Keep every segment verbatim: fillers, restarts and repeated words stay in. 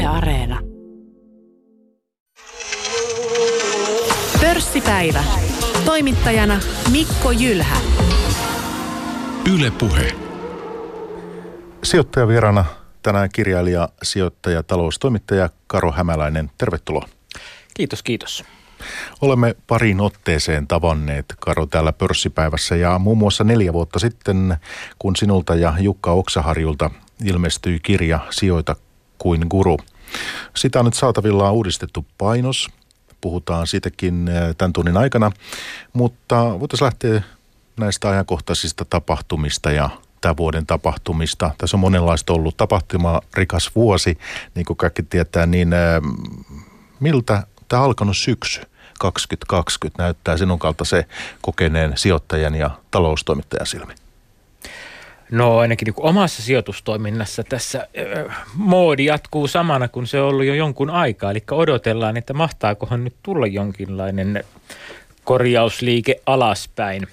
Yle Areena. Pörssipäivä. Toimittajana Mikko Jylhä. Yle Puhe. Sijoittajavierana tänään kirjailija, sijoittaja, taloustoimittaja Karo Hämäläinen. Tervetuloa. Kiitos, kiitos. Olemme pariin otteeseen tavanneet, Karo, täällä pörssipäivässä ja muun muassa neljä vuotta sitten, kun sinulta ja Jukka Oksaharjulta ilmestyi kirja Sijoita kuin guru. Sitä on nyt saatavilla uudistettu painos. Puhutaan siitäkin tämän tunnin aikana, mutta voitaisiin lähteä näistä ajankohtaisista tapahtumista ja tämän vuoden tapahtumista. Tässä on monenlaista ollut tapahtuma, rikas vuosi, niin kuin kaikki tietää, niin miltä tämä alkanut syksy kaksituhattakaksikymmentä näyttää sinun kalta se kokeneen sijoittajan ja taloustoimittajan silmin? No ainakin niin kuin omassa sijoitustoiminnassa tässä äh, moodi jatkuu samana kuin se on ollut jo jonkun aikaa. Eli odotellaan, että mahtaakohan nyt tulla jonkinlainen korjausliike alaspäin.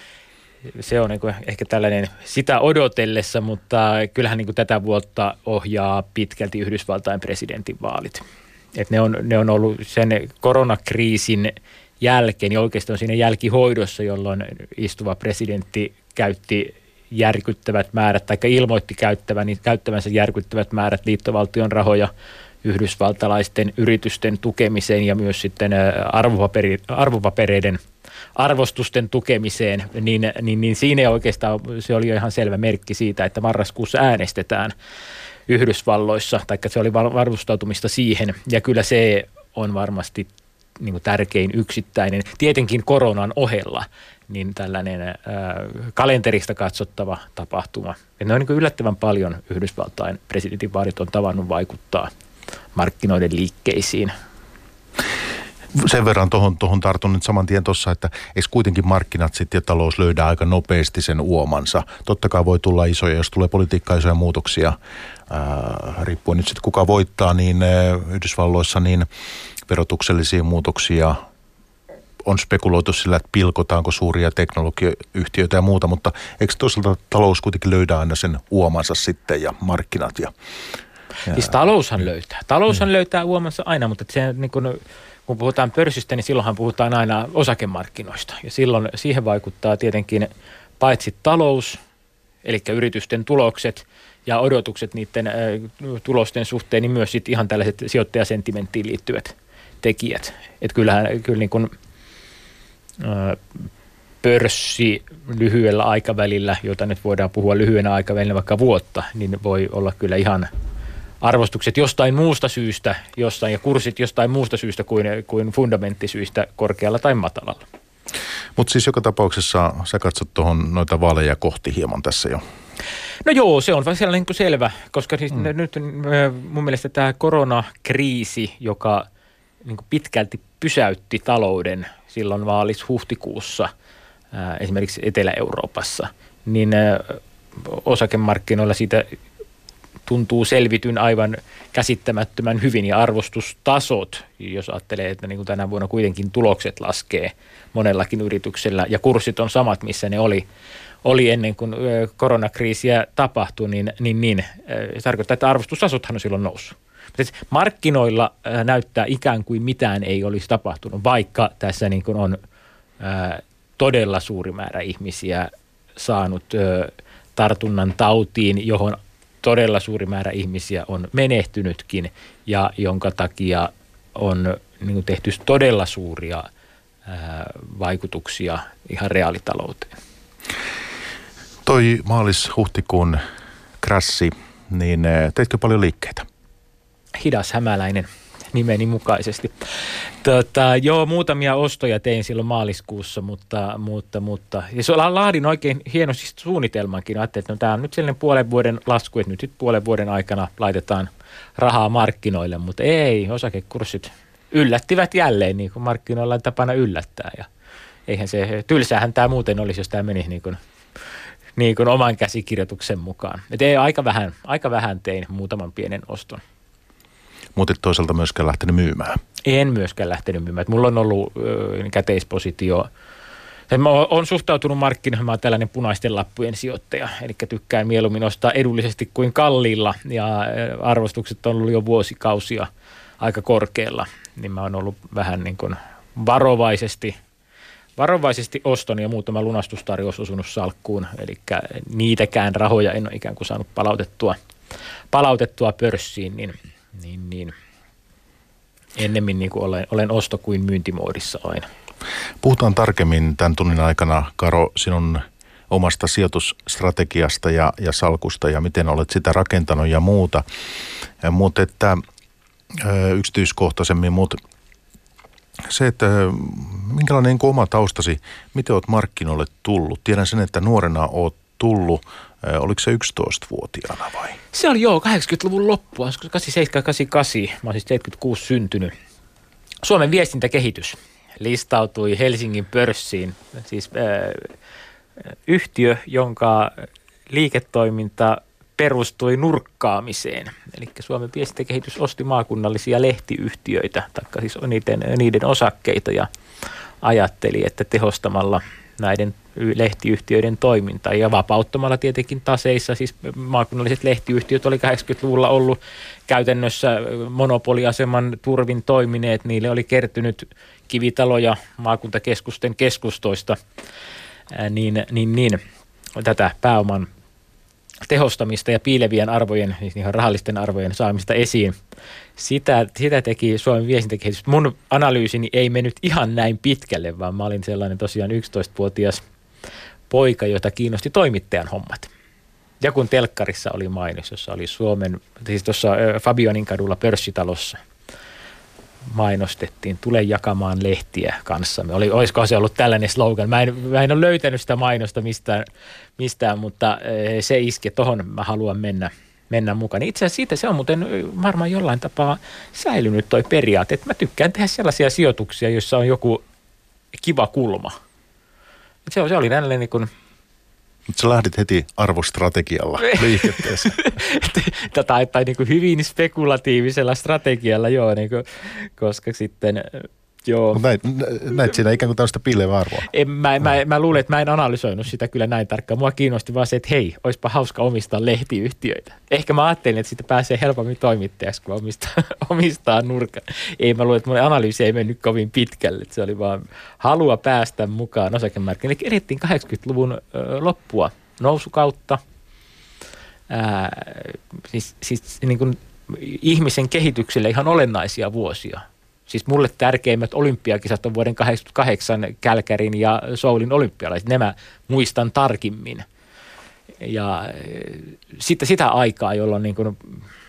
Se on niin kuin ehkä tällainen sitä odotellessa, mutta kyllähän niin kuin tätä vuotta ohjaa pitkälti Yhdysvaltain presidentinvaalit. Et ne, on, ne on ollut sen koronakriisin jälkeen ja oikeastaan siinä jälkihoidossa, jolloin istuva presidentti käytti järkyttävät määrät, tai ilmoitti käyttävän, niin käyttävänsä järkyttävät määrät liittovaltion rahoja yhdysvaltalaisten yritysten tukemiseen ja myös sitten arvopaperi, arvopapereiden arvostusten tukemiseen, niin, niin, niin siinä oikeastaan se oli jo ihan selvä merkki siitä, että marraskuussa äänestetään Yhdysvalloissa, tai se oli varustautumista siihen, ja kyllä se on varmasti niin kuin tärkein yksittäinen, tietenkin koronan ohella, niin tällainen ää, kalenterista katsottava tapahtuma. Ja ne on niin kuin yllättävän paljon Yhdysvaltain presidentinvaalit on tavannut vaikuttaa markkinoiden liikkeisiin. Sen verran tuohon, tuohon tartun nyt saman tien tuossa, että eikö kuitenkin markkinat sitten ja talous löydä aika nopeasti sen uomansa. Totta kai voi tulla isoja, jos tulee politiikkaan isoja muutoksia, ää, riippuen nyt sitten kuka voittaa, niin ää, Yhdysvalloissa niin verotuksellisia muutoksia on spekuloitu sillä, että pilkotaanko suuria teknologiayhtiöitä ja muuta, mutta eikö toisaalta talous kuitenkin löydä aina sen uomansa sitten ja markkinat? Ja, ja siis taloushan löytää. Taloushan hmm. löytää uomansa aina, mutta se, niin kun, kun puhutaan pörssistä, niin silloinhan puhutaan aina osakemarkkinoista. Ja silloin siihen vaikuttaa tietenkin paitsi talous, eli yritysten tulokset ja odotukset niiden äh, tulosten suhteen, niin myös sit ihan tällaiset sijoittajasentimenttiin liittyvät tekijät. Että kyllähän kyllä niin kun pörssi lyhyellä aikavälillä, jota nyt voidaan puhua lyhyenä aikavälillä vaikka vuotta, niin voi olla kyllä ihan arvostukset jostain muusta syystä, jostain, ja kurssit jostain muusta syystä kuin, kuin fundamenttisyistä korkealla tai matalalla. Mutta siis joka tapauksessa sä katsot tuohon noita vaaleja kohti hieman tässä jo. No joo, se on vaan sellainen kuin selvä, koska siis mm. nyt mun mielestä tämä koronakriisi, joka niin kuin pitkälti pysäytti talouden silloin maalis-huhtikuussa ää, esimerkiksi Etelä-Euroopassa, niin ää, osakemarkkinoilla siitä tuntuu selvityn aivan käsittämättömän hyvin ja arvostustasot, jos ajattelee, että niin kuin tänä vuonna kuitenkin tulokset laskee monellakin yrityksellä ja kurssit on samat, missä ne oli, oli ennen kuin ää, koronakriisiä tapahtui, niin, niin, niin se tarkoittaa, että arvostustasothan on silloin noussut. Markkinoilla ää, näyttää ikään kuin mitään ei olisi tapahtunut, vaikka tässä niin kuin on ää, todella suuri määrä ihmisiä saanut ää, tartunnan tautiin, johon todella suuri määrä ihmisiä on menehtynytkin ja jonka takia on niin kuin tehty todella suuria ää, vaikutuksia ihan reaalitalouteen. Toi maalis-huhtikuun krassi, niin teitkö paljon liikkeitä? Hidas Hämäläinen nimeni mukaisesti. Tota, joo, muutamia ostoja tein silloin maaliskuussa, mutta, mutta, mutta ja se laadin oikein hienosti suunnitelmankin. Ajattelin, että no, tämä on nyt sellainen puolen vuoden lasku, että nyt, nyt puolen vuoden aikana laitetaan rahaa markkinoille, mutta ei, osakekurssit yllättivät jälleen, niin kuin markkinoilla on tapana yllättää. Ja eihän se, tylsäähän tämä muuten olisi, jos tämä meni niin kuin, niin kuin oman käsikirjoituksen mukaan. Et ei, aika vähän, aika vähän tein muutaman pienen oston. Mutta et toisaalta myöskään lähtenyt myymään. En myöskään lähtenyt myymään. Et mulla on ollut ö, käteispositio Mä oon suhtautunut markkinoihin, mä oon tällainen punaisten lappujen sijoittaja, eli tykkään mieluummin ostaa edullisesti kuin kalliilla, ja arvostukset on ollut jo vuosikausia aika korkealla, niin mä oon ollut vähän niin kuin varovaisesti, varovaisesti oston ja muutama lunastustarjous osunut salkkuun, eli niitäkään rahoja en ole ikään kuin saanut palautettua, palautettua pörssiin, niin, niin, niin ennemmin niin kuin olen, olen osto- kuin myyntimoodissa aina. Puhutaan tarkemmin tämän tunnin aikana, Karo, sinun omasta sijoitusstrategiasta ja, ja salkusta ja miten olet sitä rakentanut ja muuta. Ja, mutta että ö, yksityiskohtaisemmin, mutta se, että minkälainen niin oma taustasi, miten olet markkinoille tullut? Tiedän sen, että nuorena olet tullut. Oliko se yksitoistavuotiaana vai? Se oli joo, kahdeksankymmentäluvun loppua, kahdeksankymmentäseitsemän kahdeksankymmentäkahdeksan. Mä oon siis seitsemänkymmentäkuusi syntynyt. Suomen viestintäkehitys listautui Helsingin pörssiin, siis äh, yhtiö, jonka liiketoiminta perustui nurkkaamiseen. Eli Suomen viestintäkehitys osti maakunnallisia lehtiyhtiöitä, taikka siis niiden, niiden osakkeita, ja ajatteli, että tehostamalla näiden lehtiyhtiöiden toimintaa ja vapauttamalla tietenkin taseissa, siis maakunnalliset lehtiyhtiöt oli kahdeksankymmentäluvulla ollut käytännössä monopoliaseman turvin toimineet, niille oli kertynyt kivitaloja maakuntakeskusten keskustoista, niin, niin, niin tätä pääoman tehostamista ja piilevien arvojen, siis ihan rahallisten arvojen saamista esiin. Sitä, sitä teki Suomen viestintäkehitys. Mun analyysini ei mennyt ihan näin pitkälle, vaan mä olin sellainen tosiaan yksitoistavuotias poika, jota kiinnosti toimittajan hommat. Ja kun telkkarissa oli mainos, jossa oli Suomen, siis tuossa Fabionin kadulla pörssitalossa mainostettiin, tule jakamaan lehtiä kanssamme. Oli, olisiko se ollut tällainen slogan? Mä en, mä en ole löytänyt sitä mainosta mistään, mistään mutta se iski, tohon mä haluan mennä, mennä mukaan. Itse asiassa siitä se on muuten varmaan jollain tapaa säilynyt toi periaate, että mä tykkään tehdä sellaisia sijoituksia, joissa on joku kiva kulma. Se, se oli tällainen niin kuin... Mutta sä lähdit heti arvostrategialla liikenteessä. tai tai niin kuin hyvin spekulatiivisella strategialla, joo, niin kuin, koska sitten, joo. Mutta näit, näit siinä ikään kuin tällaista piilevää arvoa. En, mä, mä, mä luulen, että mä en analysoinut sitä kyllä näin tarkkaan. Mua kiinnosti vaan se, että hei, olisipa hauska omistaa lehtiyhtiöitä. Ehkä mä ajattelin, että siitä pääsee helpommin toimittajaksi, kun omistaa, omistaa nurkan. Ei, mä luulen, että mun analyysi ei mennyt kovin pitkälle. Se oli vaan halua päästä mukaan osakemarkkinoille. Eli elettiin kahdeksankymmentäluvun ö, loppua nousukautta. Ää, siis siis niin kuin ihmisen kehitykselle ihan olennaisia vuosia. Siis mulle tärkeimmät olympiakisat on vuoden kahdeksankymmentäkahdeksan Kälkärin ja Soulin olympialaiset. Nämä muistan tarkimmin. Ja sitten sitä aikaa, jolloin niin kuin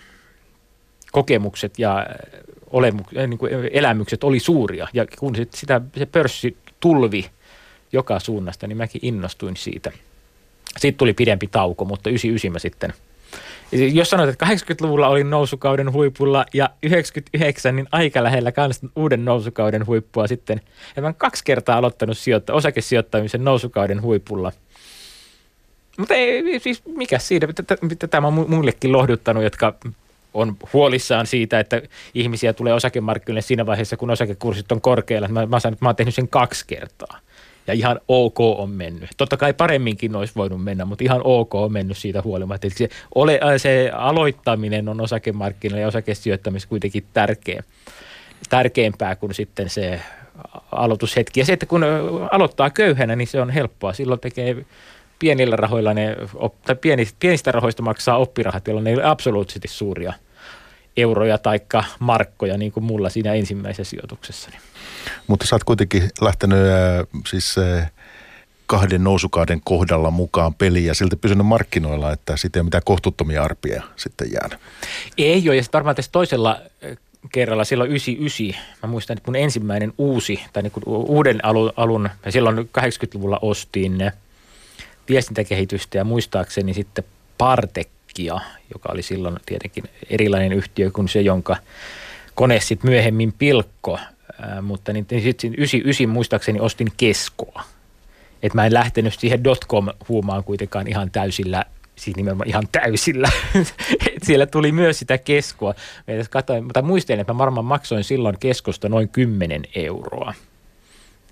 kokemukset ja olemuk- niin kuin elämykset oli suuria. Ja kun sit sitä, se pörssi tulvi joka suunnasta, niin mäkin innostuin siitä. Sitten tuli pidempi tauko, mutta yhdeksänkymmentäyhdeksän mä sitten... Jos sanoit, että kahdeksankymmentäluvulla olin nousukauden huipulla ja yhdeksänkymmentäyhdeksän, niin aika lähellä kans uuden nousukauden huippua sitten. Ja mä oon kaksi kertaa aloittanut sijoitta- osakesijoittamisen nousukauden huipulla. Mutta ei, siis mikä siitä, mitä tämä on muillekin lohduttanut, jotka on huolissaan siitä, että ihmisiä tulee osakemarkkinoille siinä vaiheessa, kun osakekurssit on korkealla. Mä, mä sanon, että mä oon tehnyt sen kaksi kertaa. Ja ihan ok on mennyt. Totta kai paremminkin olisi voinut mennä, mutta ihan ok on mennyt siitä huolimatta. Se, ole, se aloittaminen on osakemarkkinoilla ja osakesijoittamisessa kuitenkin tärkeä, tärkeämpää kuin sitten se aloitushetki. Ja se, että kun aloittaa köyhänä, niin se on helppoa. Silloin tekee pienillä rahoilla, ne, tai pienistä rahoista maksaa oppirahat, joilla ne ei ole absoluuttisesti suuria euroja tai markkoja, niin kuin mulla siinä ensimmäisessä sijoituksessani. Mutta sä oot kuitenkin lähtenyt äh, siis äh, kahden nousukauden kohdalla mukaan peliin ja silti pysynyt markkinoilla, että siitä ei ole mitään kohtuuttomia arpia sitten jäänyt. Ei ole, ja sitten varmaan tässä toisella kerralla, silloin yhdeksänkymmentäyhdeksän, mä muistan, että mun ensimmäinen uusi, tai niin kuin uuden alun, alun, ja silloin kahdeksankymmentäluvulla ostin ne viestintäkehitystä ja muistaakseni sitten Partekia, joka oli silloin tietenkin erilainen yhtiö kuin se, jonka kone sitten myöhemmin pilkko. Äh, mutta niin sitten yhdeksänkymmentäyhdeksän muistaakseni ostin Keskoa. Että mä en lähtenyt siihen dotcom-huumaan kuitenkaan ihan täysillä, siis nimenomaan ihan täysillä. Et siellä tuli myös sitä Keskoa. Katoin, mutta muistelin, että mä varmaan maksoin silloin Keskosta noin kymmenen euroa.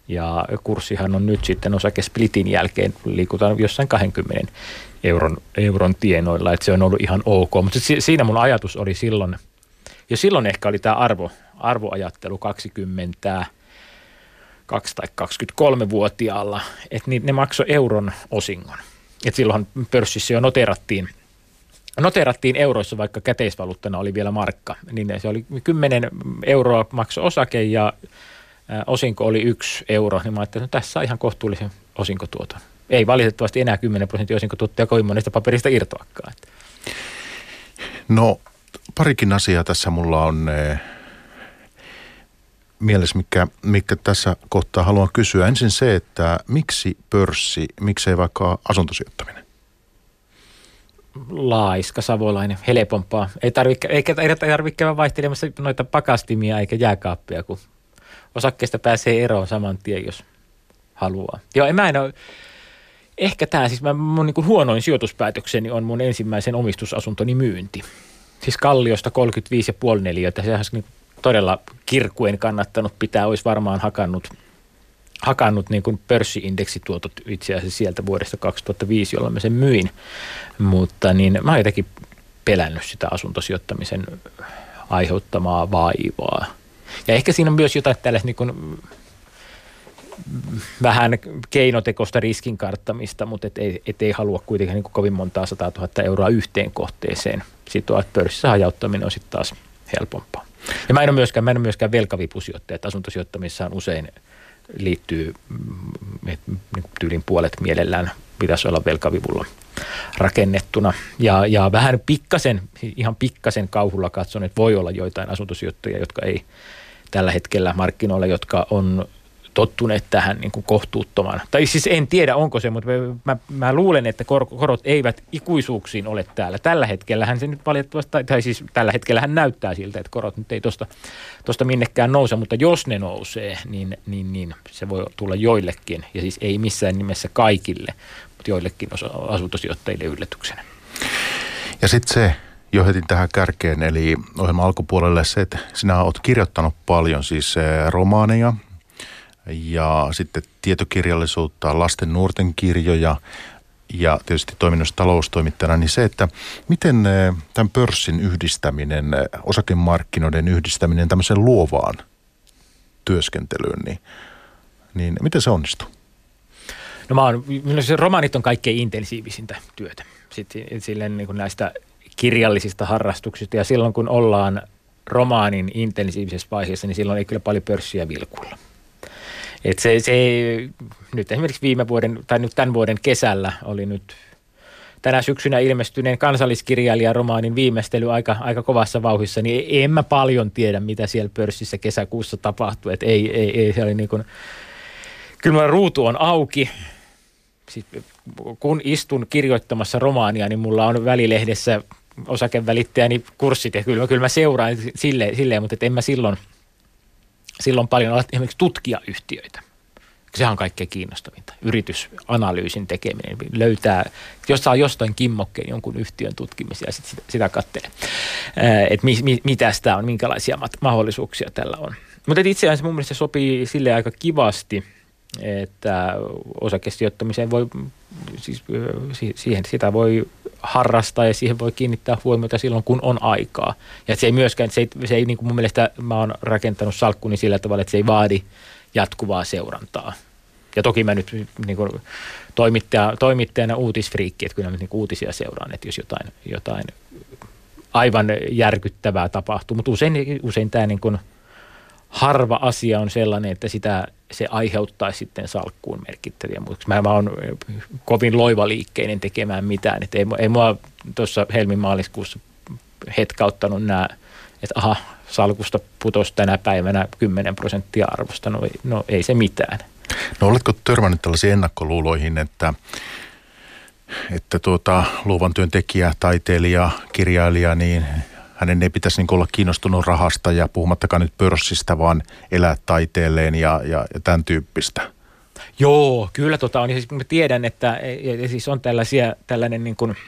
Ja kurssihan on nyt sitten osakesplitin jälkeen liikutaan jossain kaksikymmentä euron, euron tienoilla, että se on ollut ihan ok. Mutta siinä mun ajatus oli silloin, ja silloin ehkä oli tämä arvo, arvoajattelu kaksikymmentä kaksi tai kaksikymmentäkolme-vuotiaalla, että ne maksoi euron osingon. Et silloinhan pörssissä jo noterattiin, noterattiin euroissa, vaikka käteisvaluuttana oli vielä markka. Niin se oli kymmenen euroa maksoi osake ja ä, osinko oli yksi euro. Niin mä ajattelin, että no, tässä on ihan kohtuullisen osinkotuoton. Ei valitettavasti enää kymmenen prosenttia osinkotuottoja kovin monesta paperista irtoakaan. No parikin asiaa tässä mulla on eh, mielessä, mikä, mikä tässä kohtaa haluan kysyä. Ensin se, että miksi pörssi, miksei vaikka asuntosijoittaminen? Laiska, savolainen, helpompaa. Ei tarvitse, eikä tarvitse käydä vaihtelemassa noita pakastimia eikä jääkaappia, kun osakkeesta pääsee eroon saman tien, jos haluaa. Joo, mä en ole, ehkä tämä, siis mä, mun niin kuin huonoin sijoituspäätökseni on mun ensimmäisen omistusasuntoni myynti. Siis Kalliosta kolmekymmentäviisi pilkku viisi neliötä, sehän niin todella kirkuen kannattanut pitää, olisi varmaan hakannut, hakannut niin kuin pörssi-indeksituotot itse asiassa sieltä vuodesta kaksituhattaviisi, jolloin mä sen myin. Mutta niin mä oon jotenkin pelännyt sitä asuntosijoittamisen aiheuttamaa vaivaa. Ja ehkä siinä on myös jotain tällaista niin kuin vähän keinotekoista riskin karttamista, mutta et ei, et ei halua kuitenkin niin kuin kovin montaa sataa tuhatta euroa yhteen kohteeseen sitoa, että pörssissä hajauttaminen on sitten taas helpompaa. Ja mä en ole myöskään, mä en ole myöskään velkavipusijoittaja, että asuntosijoittamissaan usein liittyy niin tyylin puolet mielellään pitäisi olla velkavivulla rakennettuna. Ja, ja vähän pikkasen, ihan pikkasen kauhulla katson, että voi olla joitain asuntosijoittajia, jotka ei tällä hetkellä markkinoilla, jotka on tottuneet tähän niin kuin kohtuuttoman. Tai siis en tiedä, onko se, mutta mä, mä luulen, että kor- korot eivät ikuisuuksiin ole täällä. Tällä hetkellähän se nyt valitettavasti, tai siis tällä hetkellähän näyttää siltä, että korot nyt ei tosta, tosta minnekään nouse, mutta jos ne nousee, niin, niin, niin se voi tulla joillekin, ja siis ei missään nimessä kaikille, mutta joillekin asuntosijoittajille yllätyksenä. Ja sitten se jo heti tähän kärkeen, eli ohjelman alkupuolelle se, että sinä olet kirjoittanut paljon siis romaaneja, ja sitten tietokirjallisuutta, lasten nuorten kirjoja ja tietysti toiminnassa taloustoimittajana, niin se, että miten tämän pörssin yhdistäminen, osakemarkkinoiden yhdistäminen tämmöiseen luovaan työskentelyyn, niin, niin miten se onnistuu? No mä oon, se romaanit on kaikkein intensiivisintä työtä sitten silleen niin kuin näistä kirjallisista harrastuksista, ja silloin kun ollaan romaanin intensiivisessä vaiheessa, niin silloin ei kyllä paljon pörssiä vilkuilla. Et se, se, nyt esimerkiksi viime vuoden, tai nyt tämän vuoden kesällä oli nyt tänä syksynä ilmestyneen kansalliskirjailijan romaanin viimeistely aika, aika kovassa vauhdissa, niin en mä paljon tiedä, mitä siellä pörssissä kesäkuussa tapahtui. Et ei, ei, ei, se oli niin kuin, kyllä mulla ruutu on auki. Siis, kun istun kirjoittamassa romaania, niin mulla on välilehdessä osakevälittäjäni kurssit, ja kyllä, kyllä mä seuraan silleen, silleen mutta et en mä silloin... Silloin paljon alat esimerkiksi tutkia yhtiöitä. Sehän on kaikkein kiinnostavinta. Yritysanalyysin tekeminen. Löytää, jos saa jostain kimmokkeen jonkun yhtiön tutkimisia ja sit sitä, sitä katselee. Että mi, mi, mitä tämä on, minkälaisia mat, mahdollisuuksia tällä on. Mutta itse asiassa mun mielestä se sopii silleen aika kivasti, että osakesijoittamiseen voi, siis siihen sitä voi harrastaa ja siihen voi kiinnittää huomiota silloin, kun on aikaa. Ja se ei myöskään, se ei, se ei niin kuin mun mielestä mä oon rakentanut salkkuni sillä tavalla, että se ei vaadi jatkuvaa seurantaa. Ja toki mä nyt niin kuin toimittaja, toimittajana uutisfriikki, että kyllä mä niin kuin uutisia seuraan, että jos jotain, jotain aivan järkyttävää tapahtuu. Mutta usein, usein tämä niin kuin harva asia on sellainen, että sitä se aiheuttaa sitten salkkuun merkittäviä muutoksia. Mä, mä oon kovin loivaliikkeinen tekemään mitään. Et ei, ei mua tuossa helmimaaliskuussa hetkauttanut nämä, että aha, salkusta putosi tänä päivänä kymmenen prosenttia arvosta. No, no ei se mitään. No oletko törmännyt tällaisiin ennakkoluuloihin, että, että tuota, luovan työn tekijä, taiteilija, kirjailija, niin hänen ei pitäisi niin olla kiinnostunut rahasta ja puhumattakaan nyt pörssistä, vaan elää taiteelleen ja, ja, ja tämän tyyppistä. Joo, kyllä tota on. Ja siis mä tiedän, että ja siis on tällaisia, tällainen niin kuin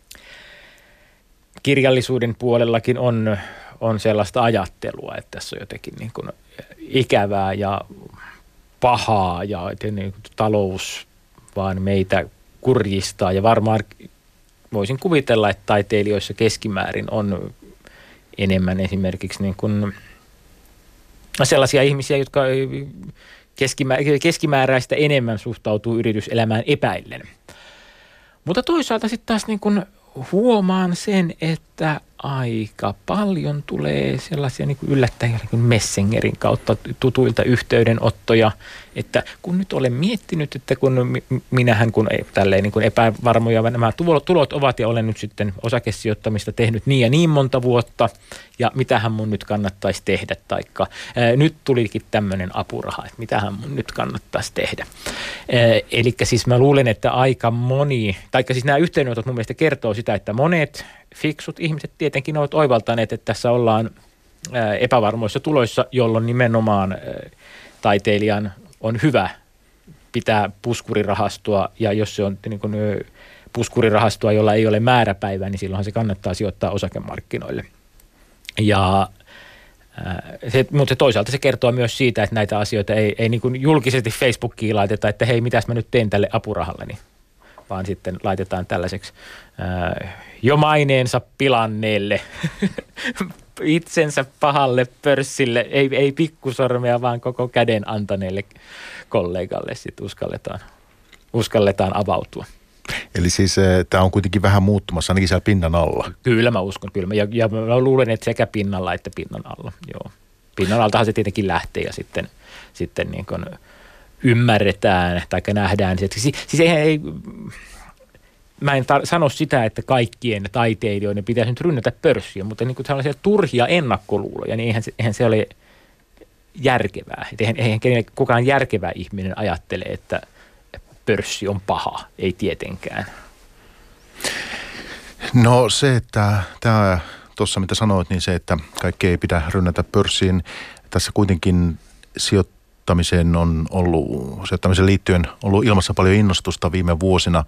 kirjallisuuden puolellakin on, on sellaista ajattelua, että tässä on jotenkin niin kuin ikävää ja pahaa ja että niin kuin talous vaan meitä kurjistaa. Ja varmaan voisin kuvitella, että taiteilijoissa keskimäärin on enemmän esimerkiksi niin kuin sellaisia ihmisiä, jotka keskimä, keskimääräistä enemmän suhtautuu yrityselämään epäillen. Mutta toisaalta sitten taas niin kuin huomaan sen, että aika paljon tulee sellaisia niin kuin yllättäjiä niin kuin Messengerin kautta tutuilta yhteydenottoja, että kun nyt olen miettinyt, että kun minähän kun tälleen niin kuin epävarmoja nämä tulot ovat ja olen nyt sitten osakesijoittamista tehnyt niin ja niin monta vuotta ja mitähän mun nyt kannattaisi tehdä, taikka ää, nyt tulikin tämmöinen apuraha, että mitähän mun nyt kannattaisi tehdä. Eli siis mä luulen, että aika moni, taikka siis nämä yhteydenotot mun mielestä kertoo sitä, että monet fiksut ihmiset tietenkin ovat oivaltaneet, että tässä ollaan epävarmoissa tuloissa, jolloin nimenomaan taiteilijan on hyvä pitää puskurirahastoa, ja jos se on niin kuin puskurirahastoa, jolla ei ole määräpäivää, niin silloinhan se kannattaa sijoittaa osakemarkkinoille. Ja se, mutta se toisaalta se kertoo myös siitä, että näitä asioita ei, ei niin kuin julkisesti Facebookiin laiteta, että hei, mitäs mä nyt teen tälle apurahalleni, vaan sitten laitetaan tällaiseksi ää, jo maineensa pilanneelle, itsensä pahalle pörssille, ei, ei pikkusormea, vaan koko käden antaneelle kollegalle sitten uskalletaan, uskalletaan avautua. Eli siis tämä on kuitenkin vähän muuttumassa, ainakin siellä pinnan alla. Kyllä mä uskon, kyllä. Ja, ja mä luulen, että sekä pinnalla että pinnan alla. Joo. Pinnan altahan se tietenkin lähtee ja sitten, sitten niin kuin ymmärretään tai nähdään. Siis, siis ei, ei, mä en tar- sano sitä, että kaikkien taiteilijoiden pitäisi nyt rynnätä pörssiä, mutta niin kuin sellaisia turhia ennakkoluuloja, niin eihän se, eihän se ole järkevää. Eihän, eihän kukaan järkevä ihminen ajattele, että pörssi on paha, ei tietenkään. No se, että tämä tuossa mitä sanoit, niin se, että kaikki ei pidä rynnätä pörssiin. Tässä kuitenkin sijoittamiseen on ollut, sijoittamiseen liittyen ollut ilmassa paljon innostusta viime vuosina.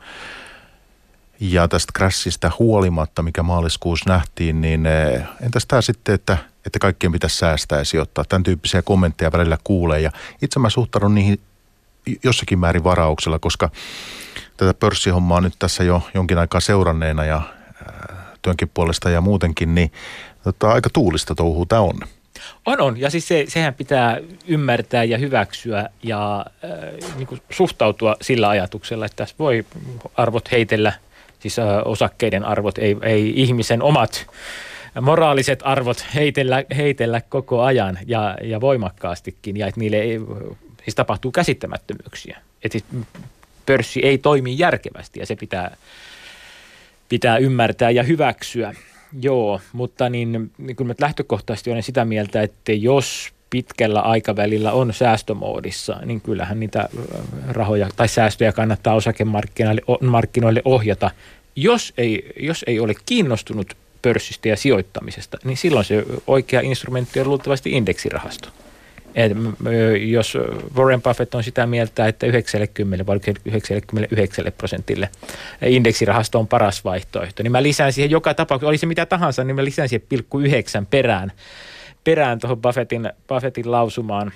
Ja tästä crashista huolimatta, mikä maaliskuussa nähtiin, niin entäs tämä sitten, että, että kaikkien pitäisi säästää ja sijoittaa. Tämän tyyppisiä kommentteja välillä kuulee ja itse mä suhtaudun niihin jossakin määrin varauksella, koska tätä pörssihommaa nyt tässä jo jonkin aikaa seuranneena ja työnkin puolesta ja muutenkin, niin tota, aika tuulista touhua tämä on. On, on. Ja siis se, sehän pitää ymmärtää ja hyväksyä ja äh, niin kuin suhtautua sillä ajatuksella, että tässä voi arvot heitellä, siis äh, osakkeiden arvot, ei, ei ihmisen omat moraaliset arvot heitellä, heitellä koko ajan ja, ja voimakkaastikin ja että niille ei, siis tapahtuu käsittämättömyyksiä. Että siis pörssi ei toimi järkevästi ja se pitää, pitää ymmärtää ja hyväksyä. Joo, mutta niin, niin kyllä mä lähtökohtaisesti olen sitä mieltä, että jos pitkällä aikavälillä on säästömoodissa, niin kyllähän niitä rahoja tai säästöjä kannattaa osakemarkkinoille markkinoille ohjata. Jos ei, jos ei ole kiinnostunut pörssistä ja sijoittamisesta, niin silloin se oikea instrumentti on luultavasti indeksirahasto. Et jos Warren Buffett on sitä mieltä, että yhdeksänkymmentä vai yhdeksänkymmentäyhdeksän prosentille indeksirahasto on paras vaihtoehto, niin mä lisään siihen joka tapauksessa, oli se mitä tahansa, niin mä lisään siihen pilkku yhdeksän perään, perään tuohon Buffettin, Buffettin lausumaan.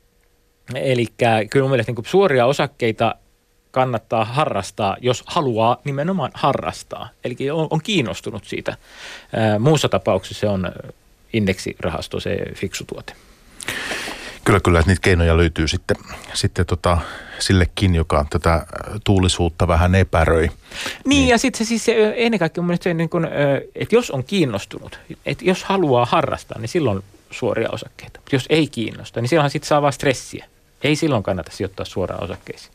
Eli kyllä mun mielestä niin suoria osakkeita kannattaa harrastaa, jos haluaa nimenomaan harrastaa. Eli on, on kiinnostunut siitä. Muussa tapauksessa se on indeksirahasto, se fiksu tuote. Kyllä, kyllä, että niitä keinoja löytyy sitten, sitten tota, sillekin, joka tätä tuulisuutta vähän epäröi. Niin, niin. Ja sitten se siis se, ennen kaikkea mun mielestä se, niin kun, että jos on kiinnostunut, että jos haluaa harrastaa, niin silloin suoria osakkeita. Jos ei kiinnosta, niin silloinhan sitten saa vaan stressiä. Ei silloin kannata sijoittaa suoraan osakkeisiin.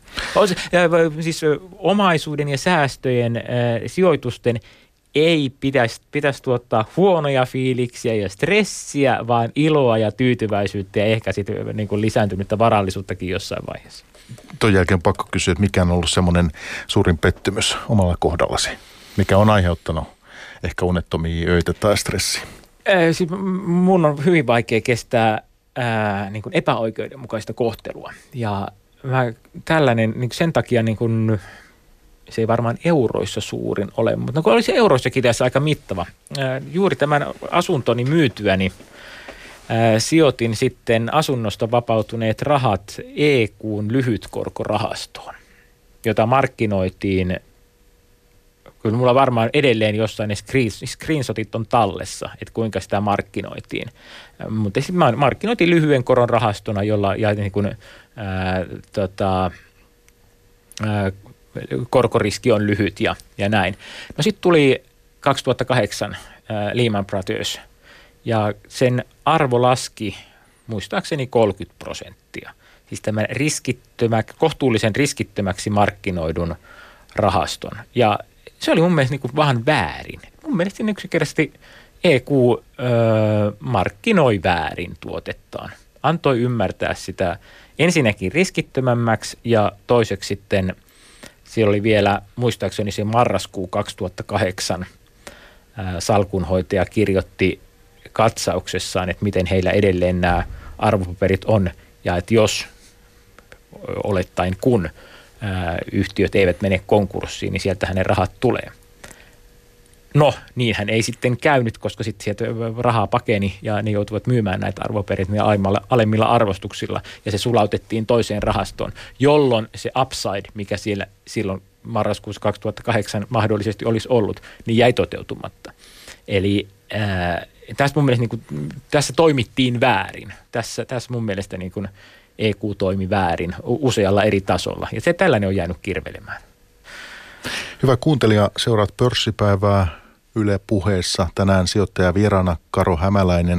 Siis omaisuuden ja säästöjen, sijoitusten ei pitäisi, pitäisi tuottaa huonoja fiiliksiä ja stressiä, vaan iloa ja tyytyväisyyttä ja ehkä sitten niin kuin lisääntynyttä varallisuuttakin jossain vaiheessa. Tuon jälkeen pakko kysyä, että mikä on ollut semmoinen suurin pettymys omalla kohdallasi? Mikä on aiheuttanut ehkä unettomia öitä tai stressiä? Äh, siis mun on hyvin vaikea kestää ää, niin kuin epäoikeudenmukaista kohtelua. Ja mä, tällainen niin sen takia... Niin kuin, se ei varmaan euroissa suurin ole, mutta kun olisi euroissakin tässä aika mittava. Juuri tämän asuntoni myytyäni ää, sijoitin sitten asunnosta vapautuneet rahat E Q:n lyhytkorkorahastoon, jota markkinoitiin. Kyllä mulla varmaan edelleen jossain ne screenshotit on tallessa, että kuinka sitä markkinoitiin. Mutta sitten markkinoitiin lyhyen koron rahastona, jolla ja niin kuin, ää, tota, ää, korkoriski on lyhyt ja, ja näin. No sitten tuli kaksituhattakahdeksan ää, Lehman Brothers ja sen arvo laski muistaakseni kolmekymmentä prosenttia. Siis tämän riskittömä, kohtuullisen riskittömäksi markkinoidun rahaston. Ja se oli mun mielestä niin kuin vähän väärin. Mun mielestä yksinkertaisesti E Q öö, markkinoi väärin tuotettaan. Antoi ymmärtää sitä ensinnäkin riskittömämmäksi ja toiseksi sitten siellä oli vielä muistaakseni se marraskuu kaksituhattakahdeksan ää, salkunhoitaja kirjoitti katsauksessaan, että miten heillä edelleen nämä arvopaperit on ja että jos olettaen kun ää, yhtiöt eivät mene konkurssiin, niin sieltähän ne rahat tulee. No, niinhän ei sitten käynyt, koska sitten sieltä rahaa pakeni ja ne joutuvat myymään näitä arvopapereita alemmilla arvostuksilla ja se sulautettiin toiseen rahastoon, jolloin se upside, mikä siellä silloin marraskuussa kaksituhattakahdeksan mahdollisesti olisi ollut, niin jäi toteutumatta. Eli ää, tässä mun mielestä niin kuin, tässä toimittiin väärin. Tässä, tässä mun mielestä niin kuin E Q toimi väärin usealla eri tasolla ja se tällainen on jäänyt kirvelemään. Hyvä kuuntelija, seuraat pörssipäivää Yle Puheessa. Tänään sijoittaja vieraana Karo Hämäläinen.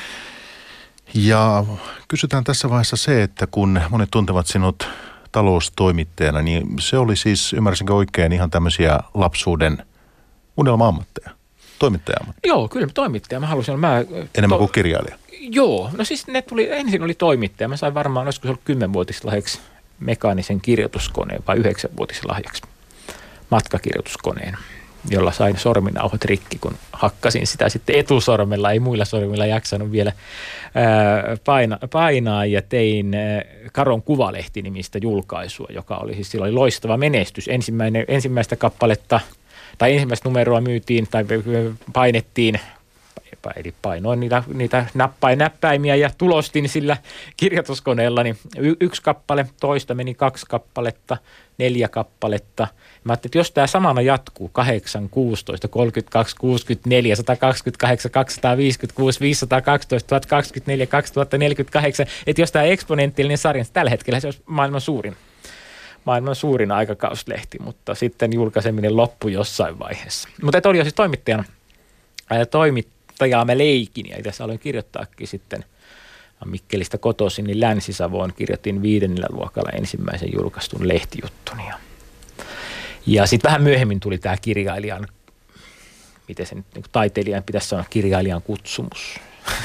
Ja kysytään tässä vaiheessa se, että kun monet tuntevat sinut taloustoimittajana, niin se oli siis, ymmärsinkö oikein, ihan tämmöisiä lapsuuden unelma-ammatteja, toimittaja-ammatteja? Joo, kyllä toimittaja. Mä halusin, mä... Enemmän to- kuin kirjailija? Joo, no siis ne tuli, ensin oli toimittaja. Mä sain varmaan, olisiko se ollut kymmenvuotislahjaksi mekaanisen kirjoituskoneen vai yhdeksänvuotislahjaksi matkakirjoituskoneen, jolla sain sorminauhat rikki, kun hakkasin sitä sitten etusormella, ei muilla sormilla jaksanut vielä ää, paina, painaa ja tein ää, Karon Kuvalehti-nimistä julkaisua, joka oli siis silloin loistava menestys. Ensimmäinen, ensimmäistä kappaletta tai ensimmäistä numeroa myytiin tai painettiin, eli painoin niitä, niitä nappain näppäimiä ja tulostin sillä kirjoituskoneella, niin y- yksi kappale, toista meni kaksi kappaletta, neljä kappaletta. Mä ajattelin, että jos tämä samana jatkuu, kahdeksan, kuusitoista, kolmekymmentäkaksi, kuusikymmentäneljä, sata kaksikymmentäkahdeksan, kaksisataaviisikymmentäkuusi, viisisataakaksitoista, tuhat kaksikymmentäneljä, kaksituhatta neljäkymmentäkahdeksan, että jos tämä eksponentiaalinen sarja, niin tällä hetkellä se olisi maailman suurin, maailman suurin aikakauslehti, mutta sitten julkaiseminen loppui jossain vaiheessa. Mutta oli jo siis toimittajana, ää, toimittajaa mä leikin, ja tässä aloin kirjoittaakin sitten Mikkelistä kotoisin, niin Länsi-Savoon kirjoitin viidennellä luokalla ensimmäisen julkaistun lehtijuttuni. Ja, ja sitten vähän myöhemmin tuli tämä kirjailijan, miten se nyt, niin taiteilijan pitäisi sanoa, kirjailijan kutsumus.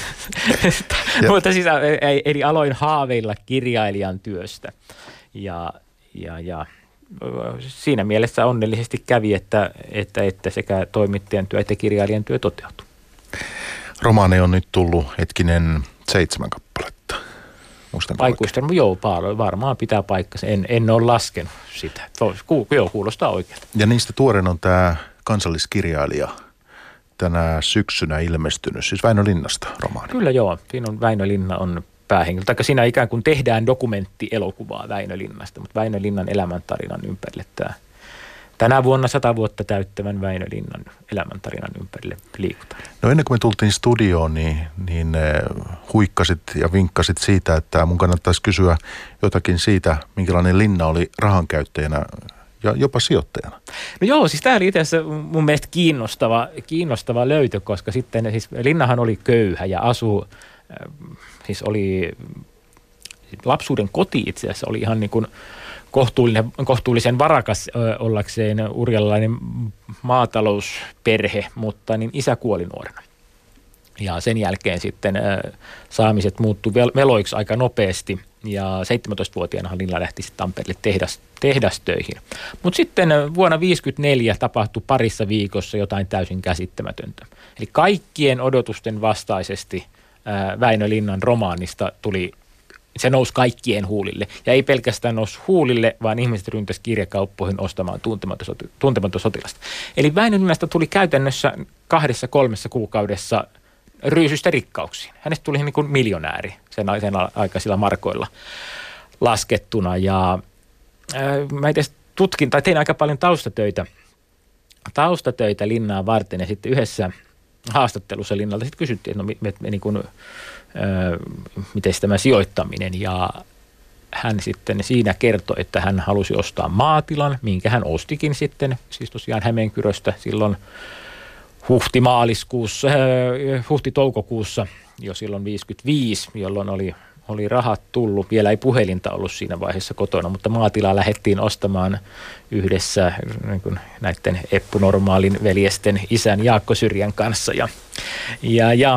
Mutta siis, eli aloin haaveilla kirjailijan työstä. Ja, ja, ja siinä mielessä onnellisesti kävi, että, että, että sekä toimittajan työ että kirjailijan työ toteutui. Romaani on nyt tullut hetkinen seitsemän kappaletta. Aikuisten, joo, varmaan pitää paikkansa. En, en ole laskenut sitä. Ku, joo, kuulostaa oikealta. Ja niistä tuoren on tämä kansalliskirjailija tänä syksynä ilmestynyt, siis Väinö Linnasta romaani. Kyllä joo, siinä on Väinö Linna on päähenkilö. Taikka siinä ikään kuin tehdään dokumenttielokuvaa Väinö Linnasta, mutta Väinö Linnan elämäntarinan ympärille tämä. Tänä vuonna sata vuotta täyttävän Väinö Linnan elämäntarinan ympärille liikutaan. No ennen kuin me tultiin studioon, niin, niin huikkasit ja vinkkasit siitä, että mun kannattaisi kysyä jotakin siitä, minkälainen Linna oli rahankäyttäjänä ja jopa sijoittajana. No joo, siis tämä oli itse asiassa mun mielestä kiinnostava, kiinnostava löytö, koska sitten siis Linnahan oli köyhä ja asui, siis oli lapsuuden koti itse asiassa oli ihan niin kuin Kohtuullinen, kohtuullisen varakas ö, ollakseen urjalainen maatalousperhe, mutta niin isä kuoli nuorena. Ja sen jälkeen sitten ö, saamiset muuttui vel, veloiksi aika nopeasti ja seitsemäntoistavuotiaanahan Linna lähti sitten Tampereelle tehdas, tehdastöihin. Mutta sitten vuonna tuhatyhdeksänsataaviisikymmentäneljä tapahtui parissa viikossa jotain täysin käsittämätöntä. Eli kaikkien odotusten vastaisesti ö, Väinö Linnan romaanista tuli se nousi kaikkien huulille. Ja ei pelkästään nousi huulille, vaan ihmiset ryntäisi kirjakauppoihin ostamaan tuntematon sotilasta. Eli Väinö Linnasta tuli käytännössä kahdessa kolmessa kuukaudessa ryysystä rikkauksiin. Hänestä tuli niin kuin miljonääri sen, sen aikaisilla markoilla laskettuna. Ja ää, mä itse tutkin, tai tein aika paljon taustatöitä, taustatöitä Linnaa varten, ja sitten yhdessä haastattelussa Linnalta sitten kysyttiin, että no me, me, me niin kuin, ää, miten tämä sijoittaminen, ja hän sitten siinä kertoi, että hän halusi ostaa maatilan, minkä hän ostikin sitten, siis tosiaan Hämeenkyröstä silloin huhti-maaliskuussa, äh, huhti-toukokuussa jo silloin viisikymmentäviisi, jolloin oli, oli rahat tullut. Vielä ei puhelinta ollut siinä vaiheessa kotona, mutta maatilaa lähdettiin ostamaan yhdessä niin kuin näiden Eppu Normaalin veljesten isän Jaakko Syrjän kanssa. Ja, ja, ja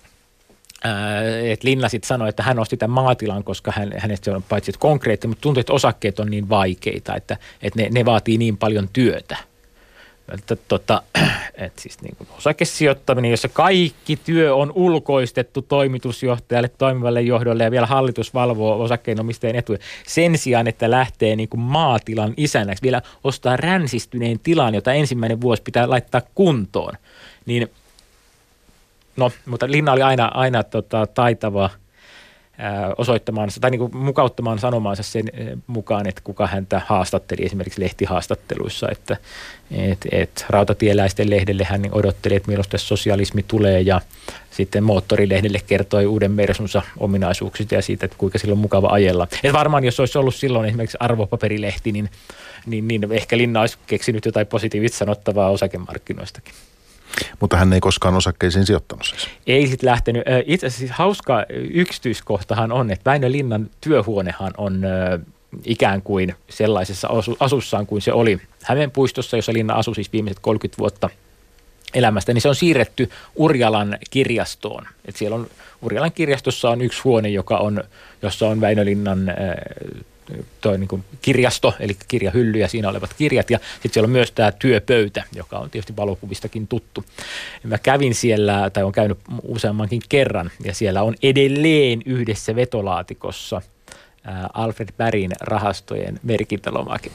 että Linna sitten sanoi, että hän osti tämän maatilan, koska hän, hänestä se on paitsi konkreettinen, mutta tuntuu, että osakkeet on niin vaikeita, että, että ne, ne vaatii niin paljon työtä. Että, tota, että siis niin kuin osakesijoittaminen, jossa kaikki työ on ulkoistettu toimitusjohtajalle, toimivalle johdolle ja vielä hallitus valvoo osakkeenomistajien etuja. Sen sijaan, että lähtee niin kuin maatilan isännäksi, vielä ostaa ränsistyneen tilan, jota ensimmäinen vuosi pitää laittaa kuntoon, niin no, mutta Linna oli aina, aina tota, taitava ää, osoittamaan tai niin kuin mukauttamaan sanomaansa sen mukaan, että kuka häntä haastatteli esimerkiksi lehtihaastatteluissa, että et, et, rautatieläisten lehdelle hän odotteli, että milloin tässä sosialismi tulee, ja sitten Moottorilehdelle kertoi uuden Mersunsa ominaisuuksista ja siitä, että kuinka sillä on mukava ajella. Et varmaan jos olisi ollut silloin esimerkiksi arvopaperilehti, niin, niin, niin ehkä Linna olisi keksinyt jotain positiivista sanottavaa osakemarkkinoistakin. Mutta hän ei koskaan osakkeisiin sijoittanut siis. Ei sitten lähtenyt. Itse asiassa siis hauska yksityiskohtahan on, että Väinö Linnan työhuonehan on ikään kuin sellaisessa asussaan kuin se oli Hämeenpuistossa, jossa Linna asui siis viimeiset kolmekymmentä vuotta elämästä, niin se on siirretty Urjalan kirjastoon. Et siellä on, Urjalan kirjastossa on yksi huone, joka on, jossa on Väinö Linnan toi niin kuin kirjasto, eli kirjahylly ja siinä olevat kirjat, ja sitten siellä on myös tämä työpöytä, joka on tietysti valokuvistakin tuttu. Ja mä kävin siellä, tai olen käynyt useammankin kerran, ja siellä on edelleen yhdessä vetolaatikossa ää, Alfred Bergin rahastojen merkintälomake.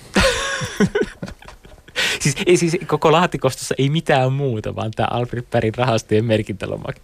siis, ei, siis koko laatikostossa ei mitään muuta, vaan tämä Alfred Bergin rahastojen merkintälomake.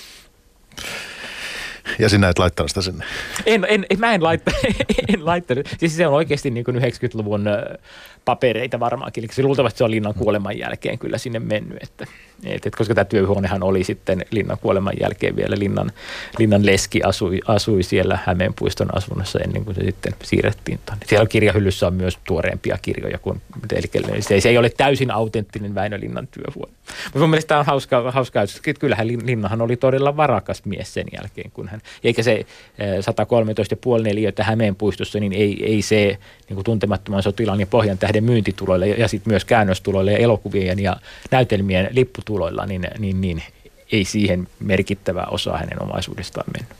Ja sinä et laittanut sitä sinne? En, en, en mä en, laitta, en laittanut. Siis se on oikeasti niin kuin yhdeksänkymmentäluvun papereita varmaankin. Eli se luultavasti se on Linnan kuoleman jälkeen kyllä sinne mennyt. Että, et, et, koska tämä työhuonehan oli sitten Linnan kuoleman jälkeen vielä. Linnan, Linnan leski asui, asui siellä Hämeenpuiston asunnossa ennen kuin se sitten siirrettiin tuonne. Siellä kirjahyllyssä on myös tuoreempia kirjoja. Kuin, eli se, se ei ole täysin autenttinen Väinö Linnan työhuone. Mutta mun mielestä tämä on hauska, hauska että kyllähän Linnahan oli todella varakas mies sen jälkeen, kun hän, eikä se sata kolmetoista pilkku viisi neliötä Hämeenpuistossa, niin ei, ei se niin kuin tuntemattoman sotilaan ja Pohjan tähden myyntituloilla ja, ja sitten myös käännöstuloilla ja elokuvien ja näytelmien lipputuloilla, niin, niin, niin ei siihen merkittävää osaa hänen omaisuudestaan mennyt.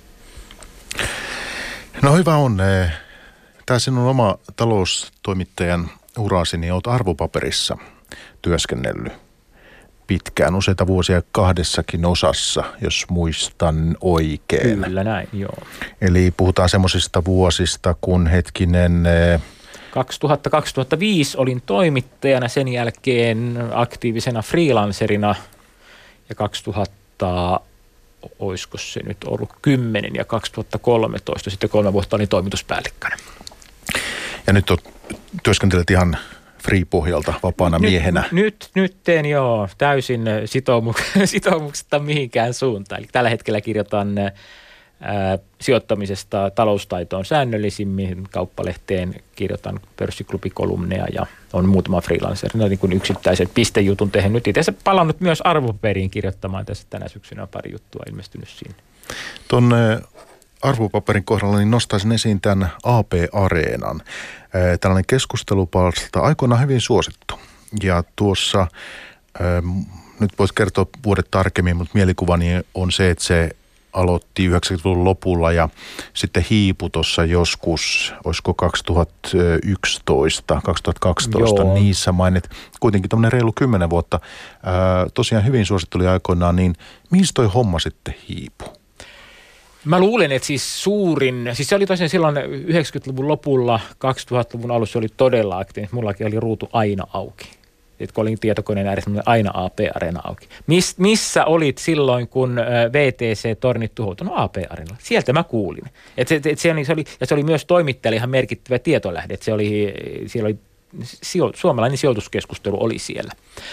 No hyvä on. Tämä sinun oma taloustoimittajan urasi, niin olet arvopaperissa työskennellyt pitkään, useita vuosia kahdessakin osassa, jos muistan oikein. Kyllä näin, joo. Eli puhutaan semmoisista vuosista, kun hetkinen... kaksituhatta kaksituhattaviisi olin toimittajana, sen jälkeen aktiivisena freelancerina, ja kaksituhatta, olisiko se nyt ollut kymmenen, ja kaksituhattakolmetoista, sitten kolme vuotta olin toimituspäällikkönä. Ja nyt on, työskentelet ihan free-pohjalta vapaana nyt, miehenä. Nyt, nyt teen joo täysin sitoumuk- sitoumuksesta mihinkään suuntaan. Eli tällä hetkellä kirjoitan ää, sijoittamisesta taloustaitoon säännöllisimmin. Kauppalehteen kirjoitan pörssiklubbikolumneja ja on muutama freelancer. No, niin kuin yksittäisen pistejutun tehnyt. Itse asiassa palannut myös arvopaperiin kirjoittamaan tässä tänä syksynä on pari juttua ilmestynyt siinä. Tuon arvopaperin kohdalla niin nostaisin esiin tämän A P-areenan. Tällainen keskustelupalsta aikoinaan hyvin suosittu. Ja tuossa, nyt voit kertoa vuodet tarkemmin, mutta mielikuvani on se, että se aloitti yhdeksänkymmentäluvun lopulla ja sitten hiipui tuossa joskus, olisiko kaksituhattayksitoista, kaksituhattakaksitoista, Joo. niissä mainit. Kuitenkin tämmöinen reilu kymmenen vuotta. Ää, tosiaan hyvin suosittu oli aikoinaan, niin mihin toi homma sitten hiipui? Mä luulen, että siis suurin, siis se oli tosiaan silloin yhdeksänkymmentäluvun lopulla, kaksituhattaluvun alussa oli todella aktiivinen. Mullakin oli ruutu aina auki. että kun olin tietokoneen ääressä, aina A P-areena auki. Mis, missä olit silloin, kun V T C-tornit tuhoutunut? No A P-areenalla. Sieltä mä kuulin. Et se, et se, oli, se oli, ja se oli myös toimittajalle ihan merkittävä tietolähde. Et se oli, siellä oli sijo, suomalainen sijoituskeskustelu oli siellä.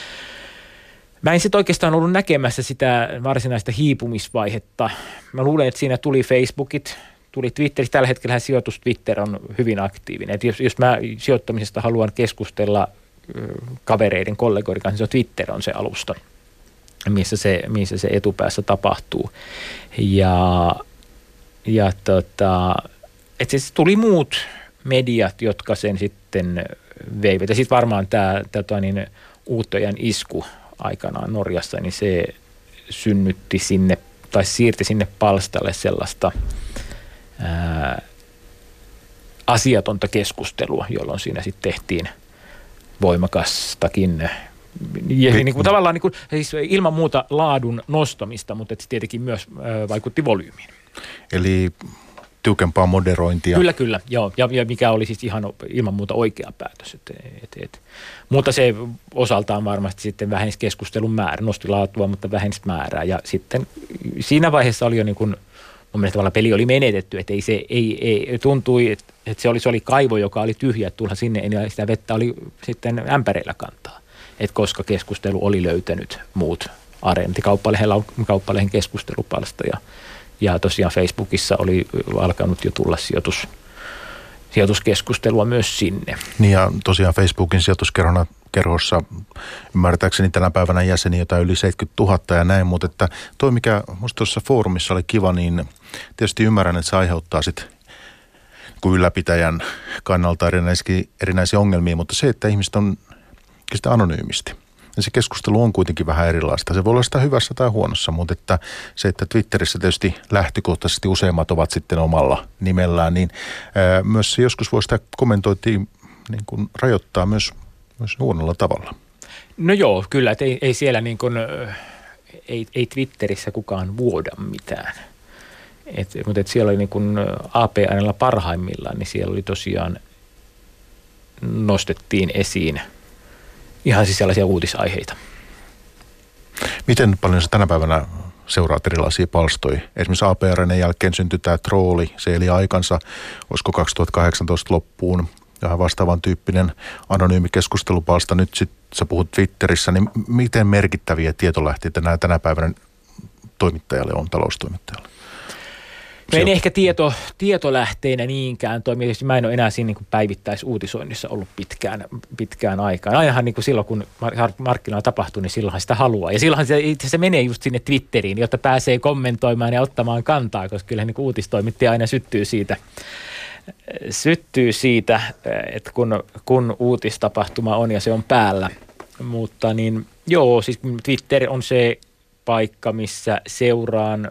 Mä en sitten oikeastaan ollut näkemässä sitä varsinaista hiipumisvaihetta. Mä luulen, että siinä tuli Facebookit, tuli Twitterit. Tällä hetkellä sijoitus Twitter on hyvin aktiivinen. Et jos, jos mä sijoittamisesta haluan keskustella kavereiden, kollegoiden kanssa, se on Twitter on se alusta, missä se, missä se etupäässä tapahtuu. Ja, ja tota, et siis tuli muut mediat, jotka sen sitten veivät. Ja sitten varmaan tämä niin, Uuttojan isku aikanaan Norjassa, niin se synnytti sinne, tai siirti sinne palstalle sellaista ää, asiatonta keskustelua, jolloin siinä sitten tehtiin voimakastakin ja niin kuin tavallaan niin kuin, siis ilman muuta laadun nostamista, mutta se tietenkin myös ää, vaikutti volyymiin. Eli tiukempaa moderointia. Kyllä, kyllä, joo. Ja, ja mikä oli siis ihan ilman muuta oikea päätös. Et, et, et. Mutta se osaltaan varmasti sitten vähensi keskustelun määrä, nosti laatua, mutta vähensi määrää. Ja sitten siinä vaiheessa oli jo niin kuin, mun mielestä tavallaan peli oli menetetty, että ei se, ei, ei, tuntui, että, että se, oli, se oli kaivo, joka oli tyhjä, että tulla sinne, ja sitä vettä oli sitten ämpäreillä kantaa. Että koska keskustelu oli löytänyt muut areenat. Kauppalehdellä on kauppalehden keskustelupalsta ja Ja tosiaan Facebookissa oli alkanut jo tulla sijoitus, sijoituskeskustelua myös sinne. Niin ja tosiaan Facebookin sijoituskerhossa ymmärtääkseni tänä päivänä jäseniä jotain yli seitsemänkymmentätuhatta ja näin, mutta että toi mikä musta tuossa foorumissa oli kiva, niin tietysti ymmärrän, että se aiheuttaa sitten kuin ylläpitäjän kannalta erinäisiä, erinäisiä ongelmia, mutta se, että ihmiset on sitä anonyymisti. Ja se keskustelu on kuitenkin vähän erilaista. Se voi olla sitä hyvässä tai huonossa, mutta että se, että Twitterissä tietysti lähtökohtaisesti useimmat ovat sitten omalla nimellään, niin ää, myös se joskus voi sitä kommentoitiin niin kuin rajoittaa myös, myös huonolla tavalla. No joo, kyllä, että ei, ei siellä niin kuin, ei, ei Twitterissä kukaan vuoda mitään. Et, mutta et siellä oli niin kuin A P-äänellä parhaimmillaan, niin siellä oli tosiaan, nostettiin esiin ihan siis sellaisia uutisaiheita. Miten paljon sä tänä päivänä seuraat erilaisia palstoja? Esimerkiksi A P R:n jälkeen syntyi tämä trooli, se eli aikansa, olisiko kaksituhattakahdeksantoista loppuun, vähän vastaavan tyyppinen anonyymi keskustelupalsta. Nyt sit sä puhut Twitterissä, niin miten merkittäviä tietolähteitä nämä tänä päivänä toimittajalle on, taloustoimittajalle? No en ehkä tieto, tietolähteinä niinkään toimi. Mä en ole enää siinä niin päivittäisuutisoinnissa ollut pitkään, pitkään aikaan. Ainahan niin kuin silloin, kun markkinoilla tapahtuu, niin silloinhan sitä haluaa. Ja silloinhan se, se menee just sinne Twitteriin, jotta pääsee kommentoimaan ja ottamaan kantaa, koska kyllä niin uutistoimittaja aina syttyy siitä, syttyy siitä että kun, kun uutistapahtuma on ja se on päällä. Mutta niin joo, siis Twitter on se paikka, missä seuraan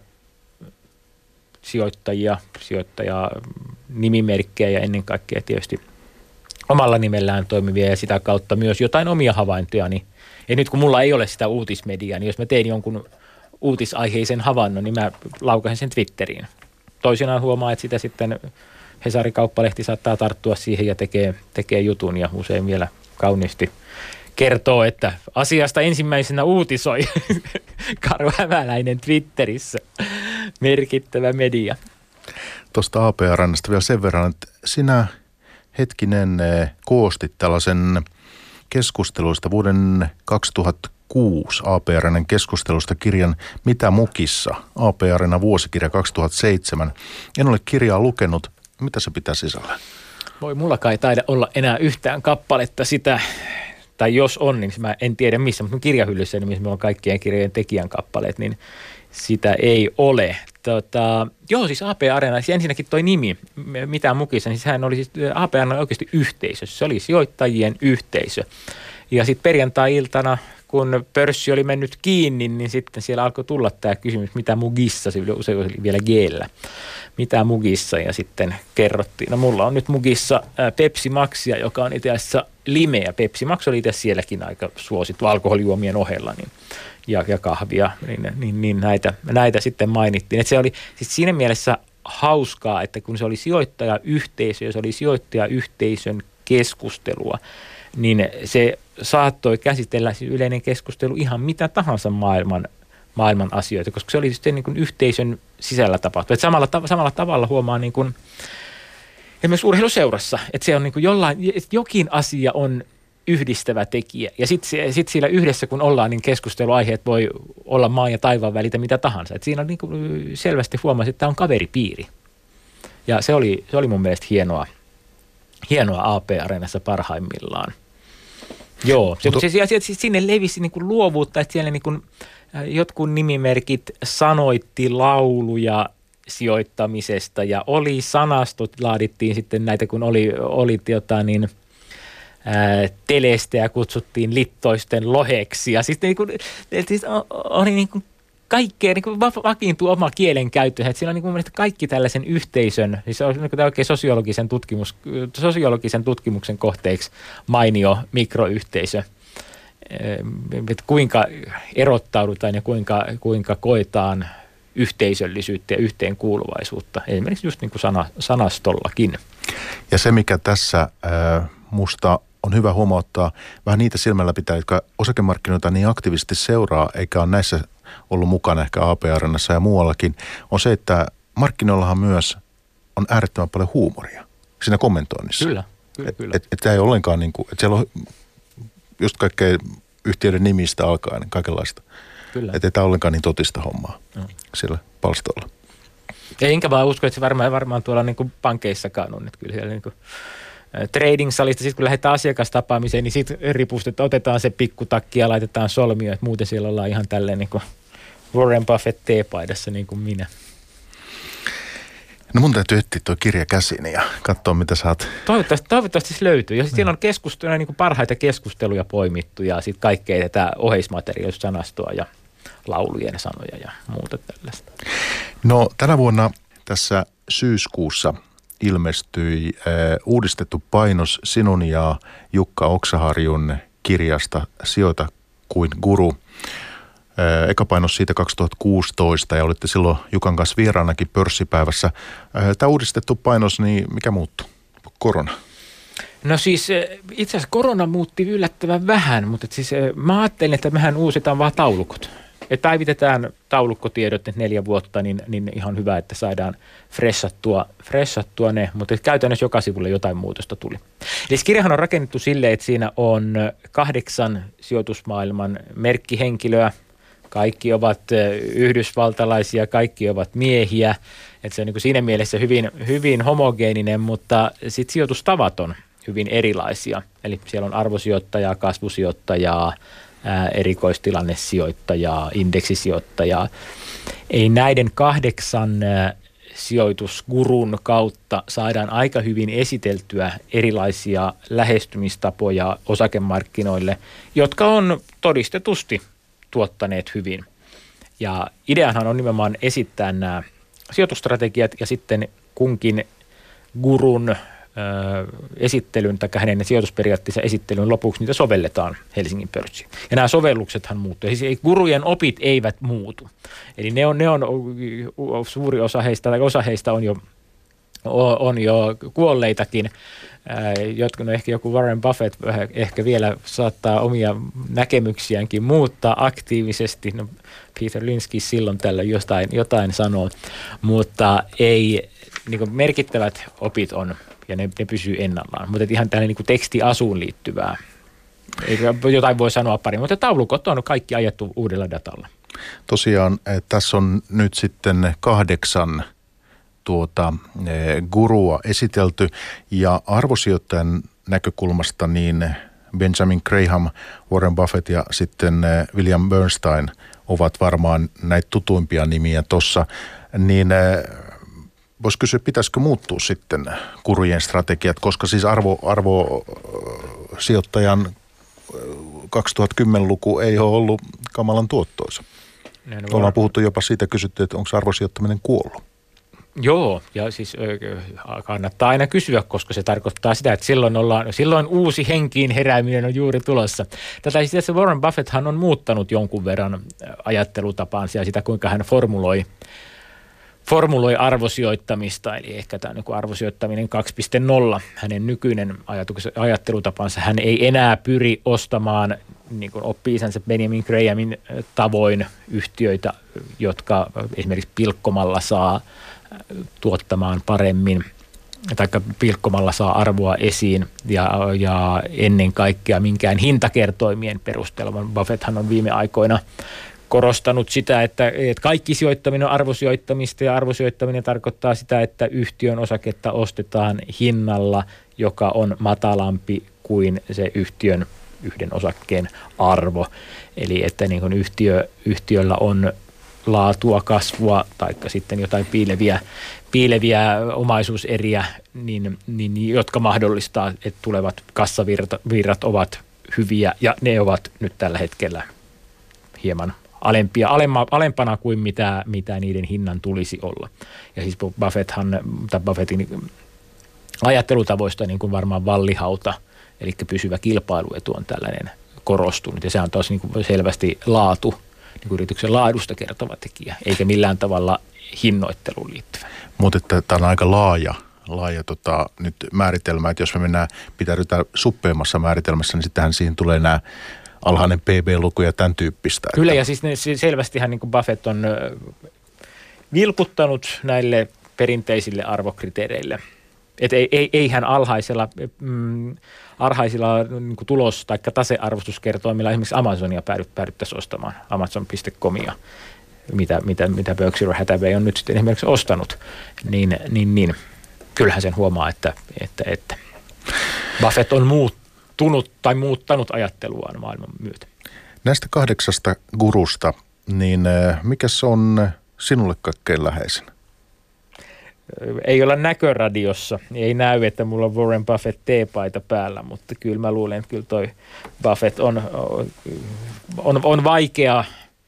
sijoittajia, sijoittajia, nimimerkkejä ja ennen kaikkea tietysti omalla nimellään toimivia ja sitä kautta myös jotain omia havaintoja. Niin, ja nyt kun mulla ei ole sitä uutismediaa, niin jos mä tein jonkun uutisaiheisen havainnon, niin mä laukaisen sen Twitteriin. Toisinaan huomaa, että sitä sitten Hesarin kauppalehti saattaa tarttua siihen ja tekee, tekee jutun ja usein vielä kauniisti kertoo, että asiasta ensimmäisenä uutisoi Karo Hämäläinen Twitterissä, merkittävä media. Tuosta A P R:stä vielä sen verran, että sinä hetkinen koostit tällaisen keskusteluista vuoden kaksituhattakuusi A P R:n keskustelusta kirjan Mitä mukissa? A P R:n vuosikirja kaksituhattaseitsemän. En ole kirjaa lukenut. Mitä se pitää sisällä? Voi mulla kai taida olla enää yhtään kappaletta sitä. Tai jos on, niin mä en tiedä missä, mutta kirjahyllyssä, missä meillä on kaikkien kirjojen tekijän kappaleet, niin sitä ei ole. Tota, joo, siis A P Areena, siis ensinnäkin toi nimi, Mitä mukissa, niin sehän oli siis, A P Areena oikeasti yhteisö, se oli sijoittajien yhteisö. Ja sitten perjantai-iltana, kun pörssi oli mennyt kiinni, niin sitten siellä alkoi tulla tämä kysymys, mitä mugissa, se usein oli vielä G:llä, mitä mugissa, ja sitten kerrottiin. No mulla on nyt mugissa Pepsi Maxia, joka on itse asiassa limeä. Pepsi Max oli itse sielläkin aika suosittu alkoholijuomien ohella, niin, ja, ja kahvia, niin, niin, niin näitä, näitä sitten mainittiin. Et se oli siis siinä mielessä hauskaa, että kun se oli sijoittajayhteisö, ja se oli sijoittajayhteisön keskustelua, niin se saattoi käsitellä siis yleinen keskustelu ihan mitä tahansa maailman, maailman asioita, koska se oli sitten niin kuin yhteisön sisällä tapahtunut. Samalla, samalla tavalla huomaa niin kuin, esimerkiksi urheiluseurassa, että se on niin kuin jollain, että jokin asia on yhdistävä tekijä. Ja sitten sit siellä yhdessä, kun ollaan, niin keskusteluaiheet voi olla maan ja taivaan välitä mitä tahansa. Et siinä on niin kuin selvästi huomasi, että tämä on kaveripiiri. Ja se oli, se oli mun mielestä hienoa, hienoa A P-areenassa parhaimmillaan. Joo, se, se, se, se, sinne levisi niin kuin luovuutta, että siellä niin kuin jotkut nimimerkit sanoitti lauluja sijoittamisesta ja oli sanastot, laadittiin sitten näitä, kun oli, oli jotain niin ää, telestä ja kutsuttiin littoisten loheksi. Ja sitten niin kuin, siis oli niin kuin kaikkea, niin kuin vakiintuu oma kielen käyttö. Että siinä on niin kuin mun mielestä kaikki tällaisen yhteisön, siis se on niin kuin oikein sosiologisen, tutkimus, sosiologisen tutkimuksen kohteeksi mainio mikroyhteisö. Että kuinka erottaudutaan ja kuinka, kuinka koetaan yhteisöllisyyttä ja yhteenkuuluvaisuutta, esimerkiksi just niin kuin sana, sanastollakin. Ja se, mikä tässä äh, musta on hyvä huomauttaa, vähän niitä silmällä pitää, jotka osakemarkkinoita niin aktiivisesti seuraa, eikä ole näissä ollut mukana ehkä A P-areenassa ja muuallakin, on se, että markkinoillahan myös on äärettömän paljon huumoria siinä kommentoinnissa. Kyllä, kyllä, et, kyllä. Että et, et ei ole ollenkaan niin kuin, että siellä on just kaikkea yhtiöiden nimistä alkaen kaikenlaista. Kyllä. Että ei tämä ollenkaan niin totista hommaa no. siellä palstolla. Ja enkä vaan usko, että se varmaan, varmaan tuolla niin kuin pankeissakaan on. Että kyllä siellä niin kuin trading-salista, sitten kun lähdetään asiakastapaamiseen, niin sitten ripustetaan, otetaan se pikkutakki ja laitetaan solmio, että muuten siellä ollaan ihan tälleen niin kuin Warren Buffett teepaidassa niin kuin minä. No mun täytyy etsiä tuo kirja käsiini ja katsoa, mitä sä oot. Toivottavasti, toivottavasti se löytyy. Ja sitten siellä on keskusteluja, niin kuin parhaita keskusteluja poimittu ja sitten kaikkea tätä oheismateriaalista sanastoa ja laulujen sanoja ja muuta tällaista. No tänä vuonna tässä syyskuussa ilmestyi äh, uudistettu painos sinun ja Jukka Oksaharjun kirjasta Sijoita kuin guru. Äh, eka painos siitä kaksituhattakuusitoista ja olitte silloin Jukan kanssa vieraanakin pörssipäivässä. Äh, tämä uudistettu painos, niin mikä muuttui? Korona. No siis itse asiassa korona muutti yllättävän vähän, mutta siis mä ajattelin, että mehän uusitaan vaan taulukot. Että päivitetään taulukkotiedot nyt neljä vuotta, niin, niin ihan hyvä, että saadaan freshattua, freshattua ne, mutta käytännössä joka sivulle jotain muutosta tuli. Eli kirjahan on rakennettu silleen, että siinä on kahdeksan sijoitusmaailman merkkihenkilöä. Kaikki ovat yhdysvaltalaisia, kaikki ovat miehiä. Että se on niin kuin siinä mielessä hyvin, hyvin homogeeninen, mutta sitten sijoitustavat on hyvin erilaisia. Eli siellä on arvosijoittajaa, kasvusijoittajaa, ää, erikoistilannesijoittajaa, indeksisijoittajaa. Ei näiden kahdeksan ää, sijoitusgurun kautta saadaan aika hyvin esiteltyä erilaisia lähestymistapoja osakemarkkinoille, jotka on todistetusti tuottaneet hyvin. Ja ideahan on nimenomaan esittää nämä sijoitusstrategiat ja sitten kunkin gurun ö, esittelyn tai hänen sijoitusperiaatteensa esittelyn lopuksi niitä sovelletaan Helsingin pörssiin. Ja nämä sovelluksethan muuttuu. Siis gurujen opit eivät muutu. Eli ne on, ne on suuri osa heistä, tai osa heistä on jo, on jo kuolleitakin, jotka no ehkä joku Warren Buffett ehkä vielä saattaa omia näkemyksiäänkin muuttaa aktiivisesti. No, Peter Lynchkin silloin tällä jotain, jotain sanoo, mutta ei, niin kuin merkittävät opit on ja ne, ne pysyy ennallaan. Mutta ihan tällainen niin kuin tekstiasuun liittyvää, jotain voi sanoa pari, mutta taulukot on kaikki ajettu uudella datalla. Tosiaan tässä on nyt sitten kahdeksan tuota gurua esitelty ja arvosijoittajan näkökulmasta niin Benjamin Graham, Warren Buffett ja sitten William Bernstein ovat varmaan näitä tutuimpia nimiä tuossa, niin voisi kysyä, pitäisikö muuttua sitten gurujen strategiat, koska siis arvo, arvosijoittajan kaksituhattakymmenen-luku ei ole ollut kamalan tuottoisa. Ollaan puhuttu jopa siitä, kysytty, että onko arvosijoittaminen kuollut. Joo, ja siis kannattaa aina kysyä, koska se tarkoittaa sitä, että silloin, ollaan, silloin uusi henkiin herääminen on juuri tulossa. Tätä siis Warren Buffetthan on muuttanut jonkun verran ajattelutapaansa ja sitä, kuinka hän formuloi, formuloi arvosijoittamista, eli ehkä tämä niin kuin arvosijoittaminen kaksi piste nolla, hänen nykyinen ajattelutapansa, hän ei enää pyri ostamaan niin kuin oppi-isänsä Benjamin Grahamin tavoin yhtiöitä, jotka esimerkiksi pilkkomalla saa tuottamaan paremmin, tai pilkkomalla saa arvoa esiin ja, ja ennen kaikkea minkään hintakertoimien perusteella. Buffetthan on viime aikoina korostanut sitä, että, että kaikki sijoittaminen on arvosijoittamista ja arvosijoittaminen tarkoittaa sitä, että yhtiön osaketta ostetaan hinnalla, joka on matalampi kuin se yhtiön yhden osakkeen arvo. Eli että niin kuin yhtiö, yhtiöllä on laatua, kasvua tai sitten jotain piileviä, piileviä omaisuuseriä, niin, niin, jotka mahdollistaa, että tulevat kassavirrat ovat hyviä ja ne ovat nyt tällä hetkellä hieman alempia, alemma, alempana kuin mitä, mitä niiden hinnan tulisi olla. Ja siis Buffetthan, tai Buffettin ajattelutavoista niin kuin varmaan vallihauta, eli pysyvä kilpailuetu on tällainen korostunut ja se on taas niin kuin selvästi laatu, niin kuin yrityksen laadusta kertova tekijä, eikä millään tavalla hinnoitteluun liittyvä. Mutta tämä on aika laaja, laaja tota, nyt määritelmä, että jos me mennään pitäydytään suppeammassa määritelmässä, niin sittenhän siihen tulee nämä alhainen P B-luku ja tämän tyyppistä. Kyllä, että ja siis ne, selvästihän niin kuin Buffett on vilkuttanut näille perinteisille arvokriteereille. Että ei, ei, eihän alhaisella, mm, alhaisilla niin kuin tulos- tai tasearvostuskertoimilla esimerkiksi Amazonia päädy, päädyttäisiin ostamaan, amazon piste comia, mitä, mitä, mitä Berkshire Hathaway on nyt sitten esimerkiksi ostanut, niin, niin, niin kyllähän sen huomaa, että, että, että Buffett on muuttunut tai muuttanut ajatteluaan maailman myötä. Näistä kahdeksasta gurusta, niin mikä se on sinulle kaikkein läheisin? Ei olla näköradiossa, ei näy, että mulla on Warren Buffett teepaita päällä, mutta kyllä mä luulen, että kyllä toi Buffett on, on, on vaikea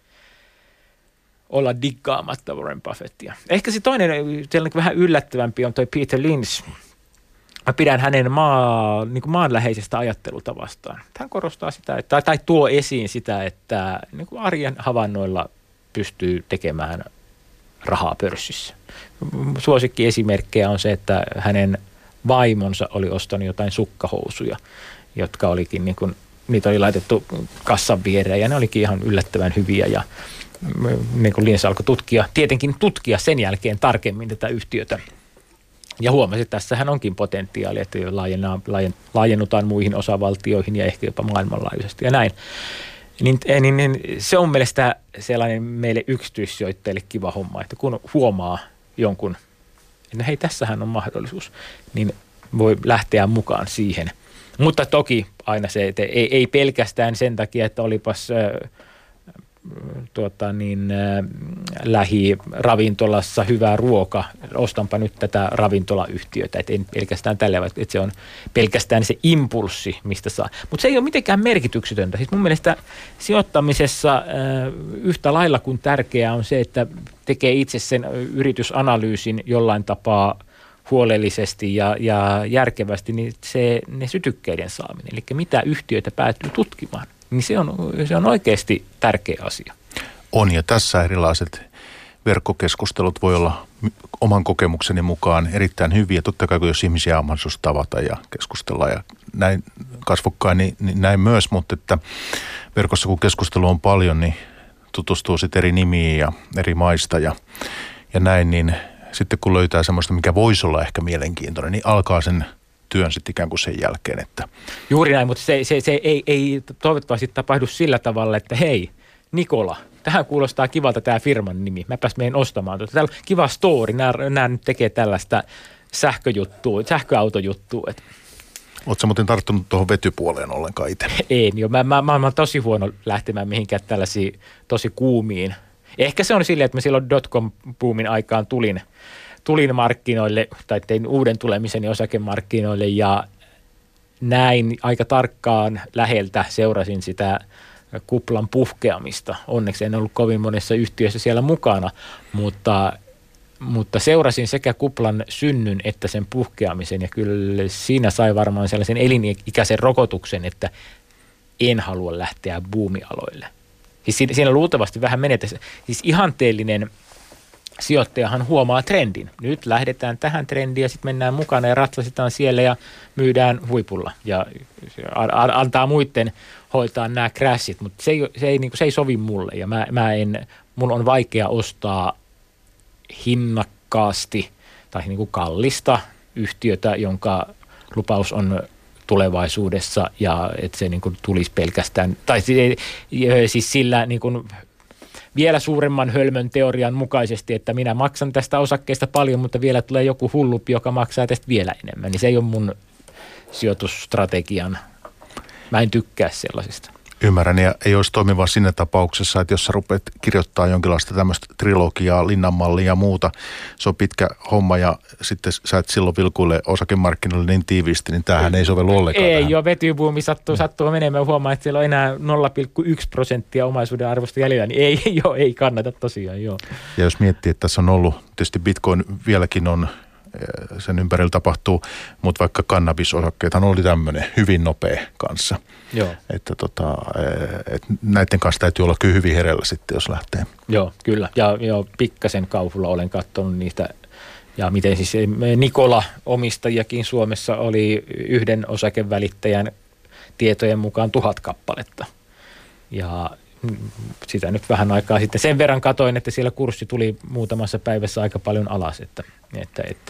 olla diggaamatta Warren Buffettia. Ehkä se toinen, vähän yllättävämpi on toi Peter Lynch. Mä pidän hänen maa, niin kuin maanläheisestä ajattelutavastaan. Hän korostaa sitä, että, tai tuo esiin sitä, että niin kuin arjen havainnoilla pystyy tekemään rahaa pörssissä. Suosikki esimerkkejä on se, että hänen vaimonsa oli ostanut jotain sukkahousuja, jotka olikin niin kuin, niitä oli laitettu kassan viereen ja ne olikin ihan yllättävän hyviä ja niin kuin Lynch alkoi tutkia, tietenkin tutkia sen jälkeen tarkemmin tätä yhtiötä ja huomasi, että tässähän onkin potentiaalia, että laajennutaan muihin osavaltioihin ja ehkä jopa maailmanlaajuisesti ja näin. Niin, niin, niin se on mielestäni sellainen meille yksityissijoittajille kiva homma, että kun huomaa jonkun, että hei, tässähän on mahdollisuus, niin voi lähteä mukaan siihen. Mutta toki aina se, että ei, ei pelkästään sen takia, että olipas äh, tuota niin, äh, lähiravintolassa hyvä ruoka, ostanpa nyt tätä ravintolayhtiötä, että en pelkästään tällä, että se on pelkästään se impulssi, mistä saa. Mutta se ei ole mitenkään merkityksetöntä. Siis mun mielestä sijoittamisessa äh, yhtä lailla kuin tärkeää on se, että tekee itse sen yritysanalyysin jollain tapaa huolellisesti ja, ja järkevästi, niin se, ne sytykkeiden saaminen, eli mitä yhtiöitä päätyy tutkimaan, niin se on, se on oikeasti tärkeä asia. On, ja tässä erilaiset verkkokeskustelut voi olla oman kokemukseni mukaan erittäin hyviä. Totta kai, jos ihmisiä on mahdollisuus tavata ja keskustella ja näin kasvokkain, niin, niin näin myös, mutta että verkossa kun keskustelu on paljon, niin tutustuu sitten eri nimiin ja eri maista ja, ja näin, niin sitten kun löytää semmoista, mikä voisi olla ehkä mielenkiintoinen, niin alkaa sen työn sitten ikään kuin sen jälkeen. Että juuri näin, mutta se, se, se ei, ei toivottavasti tapahdu sillä tavalla, että hei, Nikola, tähän kuulostaa kivalta tämä firman nimi. Mäpäs menen ostamaan. Täällä on kiva story. Nämä, nämä nyt tekee tällaista sähköjuttua, sähköautojuttua. Oletko muuten tarttunut tuohon vetypuoleen ollenkaan itse? En jo. Mä, mä, mä, mä olen tosi huono lähtemään mihinkään tällaisiin tosi kuumiin. Ehkä se on silleen, että mä silloin dotcom-boomin aikaan tulin, tulin markkinoille tai tein uuden tulemiseni osakemarkkinoille ja näin aika tarkkaan läheltä seurasin sitä kuplan puhkeamista. Onneksi en ollut kovin monessa yhtiössä siellä mukana, mutta, mutta seurasin sekä kuplan synnyn että sen puhkeamisen ja kyllä siinä sai varmaan sellaisen elinikäisen rokotuksen, että en halua lähteä buumialoille. Siis siinä, siinä luultavasti vähän menetessä. Siis ihanteellinen sijoittajahan huomaa trendin. Nyt lähdetään tähän trendiin ja sitten mennään mukana ja ratsastetaan siellä ja myydään huipulla ja antaa muiden hoitaa nämä crashit, mutta se ei, se ei, niin kuin, se ei sovi mulle ja mä, mä en, mun on vaikea ostaa hinnakkaasti tai niin kuin kallista yhtiötä, jonka lupaus on tulevaisuudessa ja että se niin kuin tulisi pelkästään, tai siis sillä niin kuin vielä suuremman hölmön teorian mukaisesti, että minä maksan tästä osakkeesta paljon, mutta vielä tulee joku hullupi, joka maksaa tästä vielä enemmän. Niin se ei ole mun sijoitusstrategian. Mä en tykkää sellaisista. Ymmärrän, ja ei olisi toimiva siinä tapauksessa, että jos sä rupeat kirjoittaa jonkinlaista tämmöistä trilogiaa, linnanmallia ja muuta, se on pitkä homma ja sitten sä et silloin vilkuille osakemarkkinoille niin tiiviisti, niin tämähän ei, ei sovellu ollenkaan. Ei tähän. joo, vetybuumi sattuu, sattuu menemään, huomaa, että siellä on enää nolla pilkku yksi prosenttia omaisuuden arvosta jäljellä, niin ei, joo, ei kannata tosiaan, joo. Ja jos miettii, että tässä on ollut, tietysti Bitcoin vieläkin on, sen ympärillä tapahtuu, mutta vaikka kannabisosakkeethan oli tämmöinen hyvin nopea kanssa. Joo. Että tota, et näiden kanssa täytyy olla kyllä hyvin hereillä sitten, jos lähtee. Joo, kyllä. Ja jo pikkasen kauhulla olen katsonut niistä. Ja miten siis Nikola-omistajakin Suomessa oli yhden osakevälittäjän tietojen mukaan tuhat kappaletta. Ja sitä nyt vähän aikaa sitten sen verran katoin, että siellä kurssi tuli muutamassa päivässä aika paljon alas, että, että, että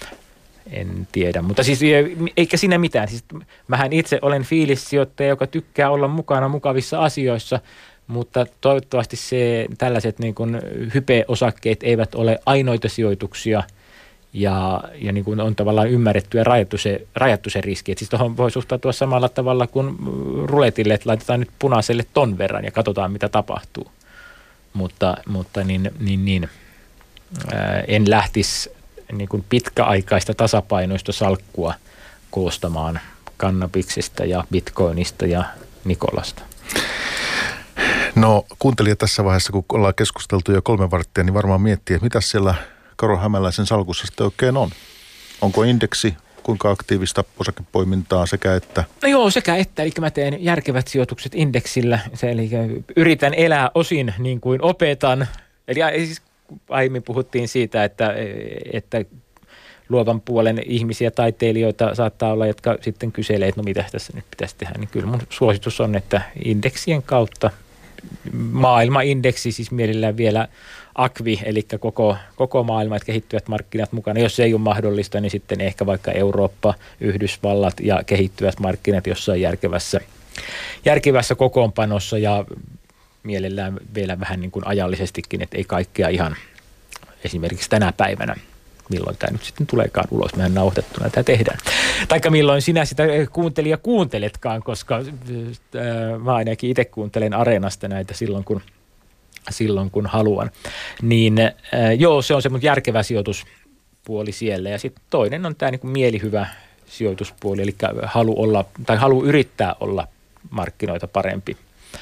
en tiedä. Mutta siis eikä siinä mitään. Siis mähän itse olen fiilissijoittaja, joka tykkää olla mukana mukavissa asioissa, mutta toivottavasti se, tällaiset niin kuin hype-osakkeet eivät ole ainoita sijoituksia ja, ja niin kuin on tavallaan ymmärretty ja rajattu se, rajattu se riski. Et siis tuohon voi suhtautua samalla tavalla kuin ruletille, että laitetaan nyt punaiselle ton verran ja katsotaan mitä tapahtuu. Mutta, mutta niin, niin, niin, ää, en lähtisi niin kuin pitkäaikaista tasapainoista salkkua koostamaan kannabiksista ja bitcoinista ja Nikolasta. No kuuntelija tässä vaiheessa, kun ollaan keskusteltu jo kolme varttia, niin varmaan miettii, että mitä siellä Karo Hämäläisen salkussa sitten oikein on. Onko indeksi, kuinka aktiivista osakepoimintaa sekä että? No joo, sekä että, eli mä teen järkevät sijoitukset indeksillä, se, eli yritän elää osin niin kuin opetan. Eli siis aiemmin puhuttiin siitä, että, että luovan puolen ihmisiä, taiteilijoita saattaa olla, jotka sitten kyselee, että no mitä tässä nyt pitäisi tehdä. Niin kyllä mun suositus on, että indeksien kautta, maailmaindeksi siis mielellään vielä akvi, eli koko, koko maailma, että kehittyvät markkinat mukana. Jos se ei ole mahdollista, niin sitten ehkä vaikka Eurooppa, Yhdysvallat ja kehittyvät markkinat jossain järkevässä, järkevässä kokoonpanossa ja mielellään vielä vähän niin kuin ajallisestikin, että ei kaikkea ihan esimerkiksi tänä päivänä, milloin tämä nyt sitten tuleekaan ulos, mehän nauhoitettuna tämä tehdään. Taikka milloin sinä sitä kuuntelija kuunteletkaan, koska äh, mä ainakin itse kuuntelen Areenasta näitä silloin, kun silloin kun haluan. Niin äh, joo, se on se mun järkevä sijoituspuoli siellä. Ja sitten toinen on tämä niin kuin mielihyvä sijoituspuoli, eli halu olla, tai halu yrittää olla markkinoita parempi.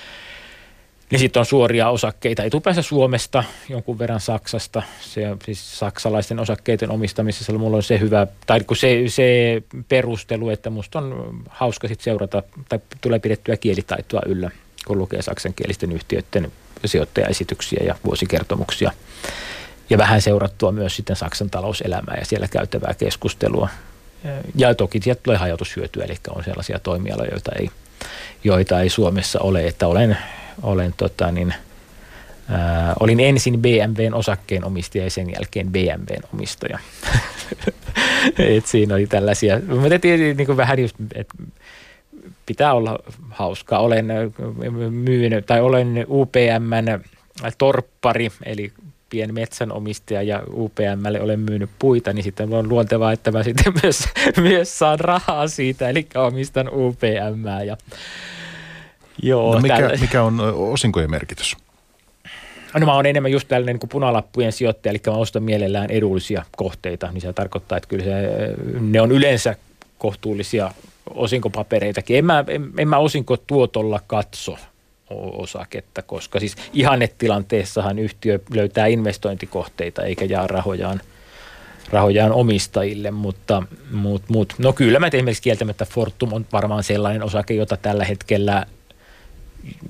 Ja sitten on suoria osakkeita etupäässä Suomesta, jonkun verran Saksasta. Se on siis saksalaisten osakkeiden omistamisessa mulla on se hyvä, tai kun se, se perustelu, että musta on hauska sit seurata, tai tulee pidettyä kielitaitoa yllä, kun lukee saksankielisten yhtiöiden sijoittajaesityksiä ja vuosikertomuksia. Ja vähän seurattua myös sitten Saksan talouselämää ja siellä käytävää keskustelua. Ja toki sieltä tulee hajautushyötyä, eli on sellaisia toimialoja, joita ei, joita ei Suomessa ole, että olen... Olen, tota, niin, ää, olin ensin B M W:n osakkeen omistaja ja sen jälkeen B M W:n omistaja. Et siinä oli tällaisia, mutta tietysti niin kuin vähän just, että pitää olla hauskaa. Olen myynyt, tai olen U P M:n torppari, eli pienmetsänomistaja ja U P M:lle olen myynyt puita, niin sitten on luontevaa, että mä sitten myös, myös saan rahaa siitä, eli omistan U P M:ää ja joo, no mikä, mikä on osinkojen merkitys? No mä oon enemmän just tällainen niin kuin punalappujen sijoittaja, eli mä ostan mielellään edullisia kohteita, niin se tarkoittaa, että kyllä se, ne on yleensä kohtuullisia osinkopapereitakin. En mä, en, en mä osinkotuotolla katso osaketta, koska siis ihannetilanteessahan yhtiö löytää investointikohteita eikä jaa rahojaan, rahojaan omistajille, mutta mut, mut. No kyllä mä esimerkiksi kieltämättä Fortum on varmaan sellainen osake, jota tällä hetkellä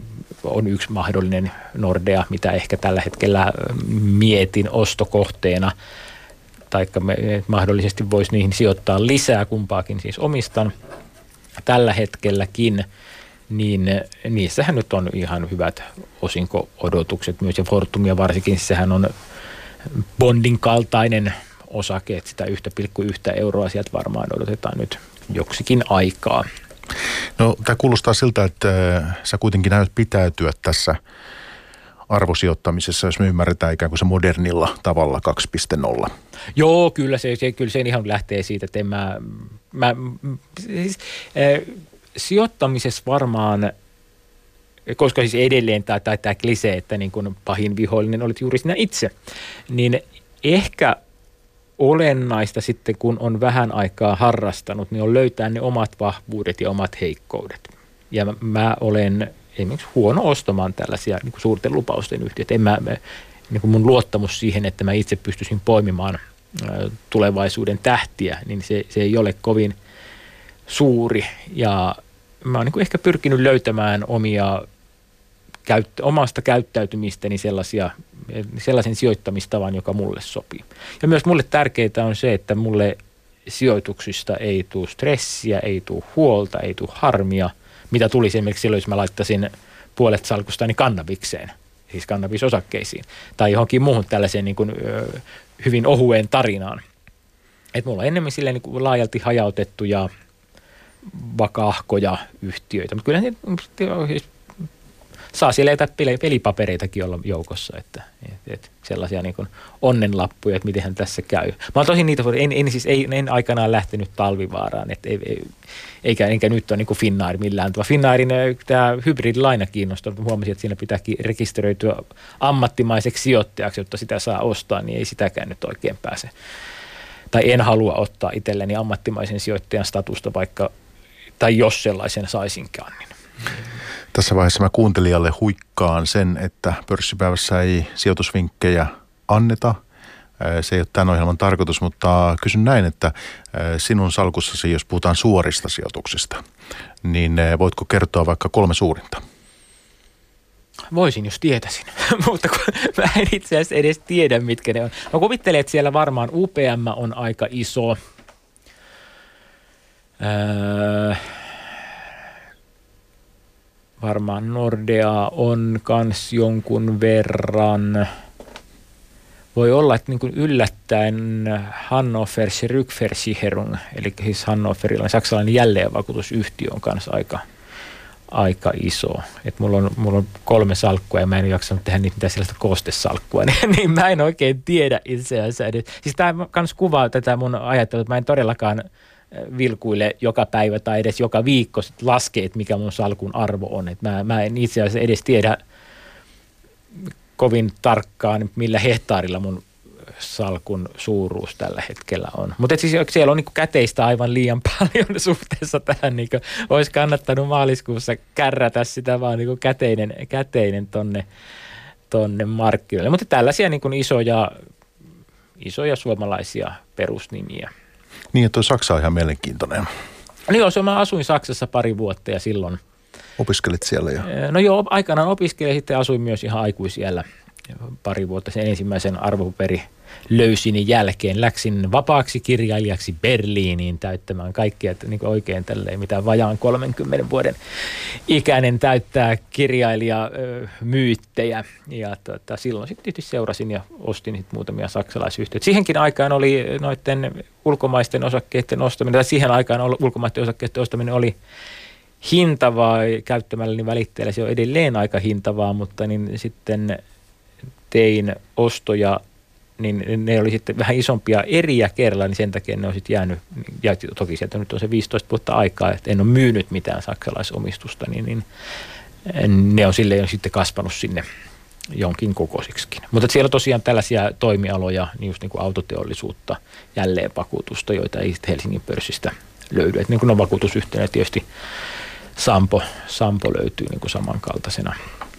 on yksi mahdollinen Nordea, mitä ehkä tällä hetkellä mietin ostokohteena, taikka mahdollisesti voisi niihin sijoittaa lisää, kumpaakin siis omistan tällä hetkelläkin, niin niissähän nyt on ihan hyvät osinko-odotukset myös, ja Fortumia varsinkin, sehän on bondin kaltainen osake, että sitä yksi pilkku yksi euroa sieltä varmaan odotetaan nyt joksikin aikaa. No, tämä kuulostaa siltä, että sä kuitenkin näyt pitäytyä tässä arvosijoittamisessa, jos me ymmärretään ikään kuin se modernilla tavalla kaksi piste nolla. Joo, kyllä se, se, kyllä se ihan lähtee siitä, että en mä, mä siis, äh, sijoittamisessa varmaan, koska siis edelleen tämä, tämä, tämä klise, että niin kuin pahin vihollinen olit juuri sinä itse, niin ehkä olennaista sitten, kun on vähän aikaa harrastanut, niin on löytää ne omat vahvuudet ja omat heikkoudet. Ja mä, mä olen esimerkiksi huono ostamaan tällaisia niin kuin suurten lupausten yhtiöitä. En mä, niin kuin mun luottamus siihen, että mä itse pystyisin poimimaan ä, tulevaisuuden tähtiä, niin se, se ei ole kovin suuri. Ja mä oon niin kuin ehkä pyrkinyt löytämään omia Käyt, omasta käyttäytymistäni sellaisia, sellaisen sijoittamistavan, joka mulle sopii. Ja myös mulle tärkeää on se, että mulle sijoituksista ei tule stressiä, ei tule huolta, ei tule harmia, mitä tulisi esimerkiksi silloin, jos mä laittaisin puolet salkustani kannabikseen, siis kannabisosakkeisiin, tai johonkin muuhun tällaiseen niin kuin, ö, hyvin ohueen tarinaan. Että mulla on enemmän silleen niin kuin laajalti hajautettuja, vakaahkoja yhtiöitä, mutta kyllä se saa siellä jotain pelipapereitakin olla joukossa, että, että, että sellaisia niin kuin onnenlappuja, että mitenhän tässä käy. Mä oon tosi niitä, en, en siis ei, en aikanaan lähtenyt Talvivaaraan, että ei, ei, eikä, enkä nyt ole niin kuin Finnair millään. Finnairin tämä hybridilaina kiinnostaa, huomasin, että siinä pitääkin rekisteröityä ammattimaiseksi sijoittajaksi, jotta sitä saa ostaa, niin ei sitäkään nyt oikein pääse. Tai en halua ottaa itselleni ammattimaisen sijoittajan statusta, vaikka, tai jos sellaisen saisinkaan, niin tässä vaiheessa mä kuuntelijalle huikkaan sen, että pörssipäivässä ei sijoitusvinkkejä anneta. Se ei ole tämän ohjelman tarkoitus, mutta kysyn näin, että sinun salkussasi, jos puhutaan suorista sijoituksista, niin voitko kertoa vaikka kolme suurinta? Voisin, jos tietäisin, mutta mä en itse asiassa edes tiedä, mitkä ne on. Mä kuvittelen, että siellä varmaan U P M on aika iso. Öö... Varmaan Nordea on kans jonkun verran. Voi olla, että niin kuin yllättäen Hannovers Rückversicherung, eli siis Hannoverilla saksalainen jälleenvakuutusyhtiö on kanssa aika, aika iso. Et mulla, on, mulla on kolme salkkua ja mä en jaksanut tehdä niitä mitään sellaista koostesalkkua, niin, niin mä en oikein tiedä itse asiassa edes. Siis tämä kans kuvaa tätä mun ajattelua, että mä en todellakaan vilkuille joka päivä tai edes joka viikko sit laskee, että mikä mun salkun arvo on. Et mä, mä en itse asiassa edes tiedä kovin tarkkaan, millä hehtaarilla mun salkun suuruus tällä hetkellä on. Mutta siis siellä on niinku käteistä aivan liian paljon suhteessa tähän. Niinku, olisi kannattanut maaliskuussa kärrätä sitä vaan niinku käteinen, käteinen tonne, tonne markkinoille. Mutta tällaisia niinku isoja, isoja suomalaisia perusnimiä. Niin, että tuo Saksa on ihan mielenkiintoinen. No joo, mä asuin Saksassa pari vuotta ja silloin. Opiskelit siellä jo? No joo, aikanaan opiskelin ja sitten asuin myös ihan aikuisiällä pari vuotta sen ensimmäisen arvopaperi löysini jälkeen. Läksin vapaaksi kirjailijaksi Berliiniin täyttämään kaikkia, että niin oikein tälleen mitä vajaan kolmenkymmenen vuoden ikäinen täyttää kirjailija myyttejä. Ja tuota, silloin sitten tietysti seurasin ja ostin sitten muutamia saksalaisyhtiöitä. Siihenkin aikaan oli noiden ulkomaisten osakkeiden ostaminen, tai siihen aikaan ulkomaisten osakkeiden ostaminen oli hintavaa käyttämälläni välitteellä. Se on edelleen aika hintavaa, mutta niin sitten tein ostoja, niin ne oli sitten vähän isompia eriä kerralla, niin sen takia ne on sitten jäänyt, ja toki sieltä nyt on se viisitoista vuotta aikaa, että en ole myynyt mitään saksalaisomistusta, niin, niin ne on silleen sitten kasvanut sinne jonkin kokoisiksikin. Mutta siellä on tosiaan tällaisia toimialoja, niin just niin kuin autoteollisuutta, jälleenvakuutusta, joita ei sitten Helsingin pörssistä löydy. Että niin kuin on vakuutusyhtiönä tietysti Sampo, Sampo löytyy niin kuin samankaltaisena.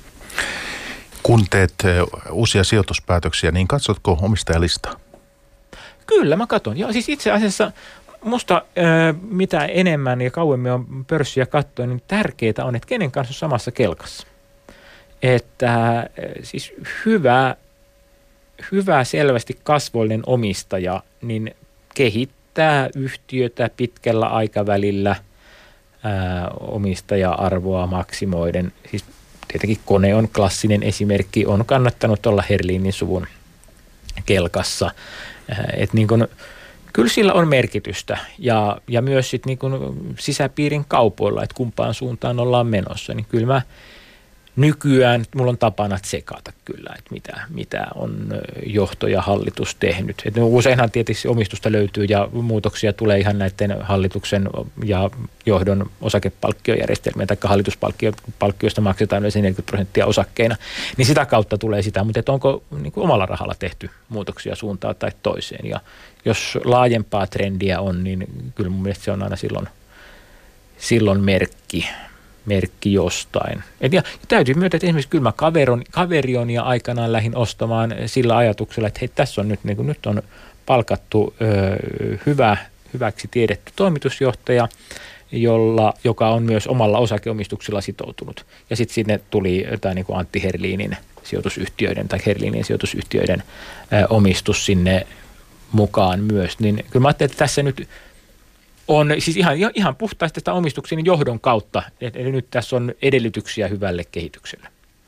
Kun teet uusia sijoituspäätöksiä, niin katsotko omistajalistaa? Kyllä, mä katson. Ja siis itse asiassa musta äh, mitä enemmän ja kauemmin on pörssiä katsoa, niin tärkeää on, että kenen kanssa on samassa kelkassa. että siis hyvä, hyvä selvästi kasvollinen omistaja niin kehittää yhtiötä pitkällä aikavälillä ää, omistaja-arvoa maksimoiden. Siis tietenkin Kone on klassinen esimerkki, on kannattanut olla Herlinin suvun kelkassa. Et niin kun, kyllä sillä on merkitystä ja, ja myös sit niin kun sisäpiirin kaupoilla, että kumpaan suuntaan ollaan menossa, niin kyllä mä nykyään, mulla on tapana tsekata kyllä, että mitä, mitä on johto ja hallitus tehnyt. Et useinhan tietysti omistusta löytyy ja muutoksia tulee ihan näiden hallituksen ja johdon osakepalkkiojärjestelmien tai hallituspalkkioista maksetaan yleensä neljäkymmentä prosenttia osakkeina. Niin sitä kautta tulee sitä, mutta onko niin kuin omalla rahalla tehty muutoksia suuntaan tai toiseen. Ja jos laajempaa trendiä on, niin kyllä mun mielestä se on aina silloin, silloin merkki. merkki jostain. Et ja, ja täytyy myöntää, että esimerkiksi kyllä mä kaveron, kaverion ja aikanaan lähdin ostamaan sillä ajatuksella, että hei, tässä on nyt, niin kuin, nyt on palkattu ö, hyvä, hyväksi tiedetty toimitusjohtaja, jolla, joka on myös omalla osakeomistuksella sitoutunut. Ja sitten sinne tuli tämä niin kuin Antti Herlinin sijoitusyhtiöiden tai Herlinin sijoitusyhtiöiden ö, omistus sinne mukaan myös. Niin kyllä mä ajattelin, että tässä nyt on siis ihan, ihan puhtaasti sitä omistuksen johdon kautta, eli nyt tässä on edellytyksiä hyvälle kehitykselle.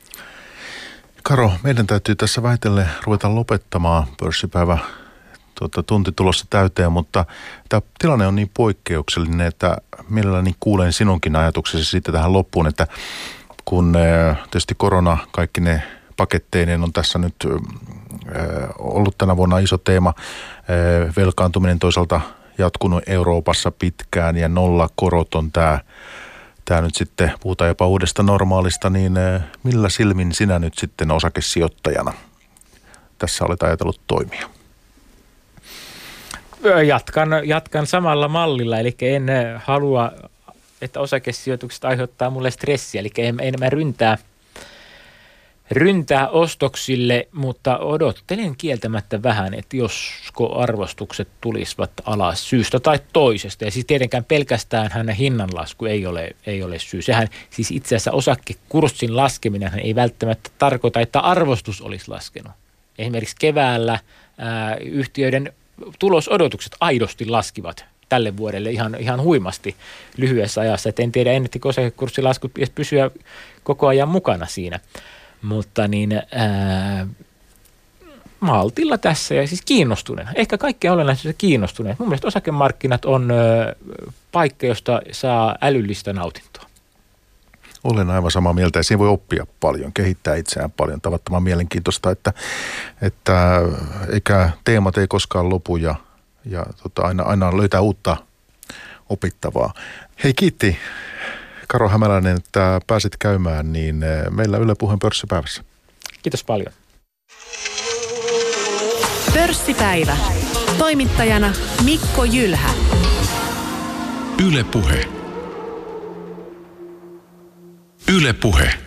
Karo, meidän täytyy tässä väitellen ruveta lopettamaan pörssipäivä tuota, tunti tulossa täyteen, mutta tämä tilanne on niin poikkeuksellinen, että mielelläni kuulen sinunkin ajatuksesi siitä tähän loppuun, että kun tietysti korona, kaikki ne paketteineen on tässä nyt ollut tänä vuonna iso teema, velkaantuminen toisaalta jatkunut Euroopassa pitkään ja nollakorot on tämä, tämä nyt sitten, puhutaan jopa uudesta normaalista, niin millä silmin sinä nyt sitten osakesijoittajana tässä olet ajatellut toimia? Jatkan, jatkan samalla mallilla, eli en halua, että osakesijoitukset aiheuttaa mulle stressiä, eli en, en mä ryntää, ryntää ostoksille, mutta odottelen kieltämättä vähän, että josko arvostukset tulisivat alas syystä tai toisesta. Ja siis tietenkään pelkästään hänen hinnanlasku ei ole, ei ole syy. Sehän siis itse asiassa osakekurssin laskeminen ei välttämättä tarkoita, että arvostus olisi laskenut. Esimerkiksi keväällä ää, yhtiöiden tulosodotukset aidosti laskivat tälle vuodelle ihan, ihan huimasti lyhyessä ajassa. Et en tiedä, ennettikö osakekurssin pitäisi pysyä koko ajan mukana siinä. Mutta niin ää, maltilla tässä ja siis kiinnostuneena. Ehkä kaikkein olennaisesta kiinnostuneena. Mun mielestä osakemarkkinat on ää, paikka, josta saa älyllistä nautintoa. Olen aivan samaa mieltä ja siinä voi oppia paljon, kehittää itseään paljon. Tavattoman mielenkiintoista, että, että eikä teemat ei koskaan lopu ja, ja tota, aina, aina löytää uutta opittavaa. Hei, kiitti Karo Hämäläinen, että pääsit käymään niin meillä Yle Puheen pörssipäivässä. Kiitos paljon. Pörssipäivä. Toimittajana Mikko Jylhä. Yle Puhe. Yle Puhe.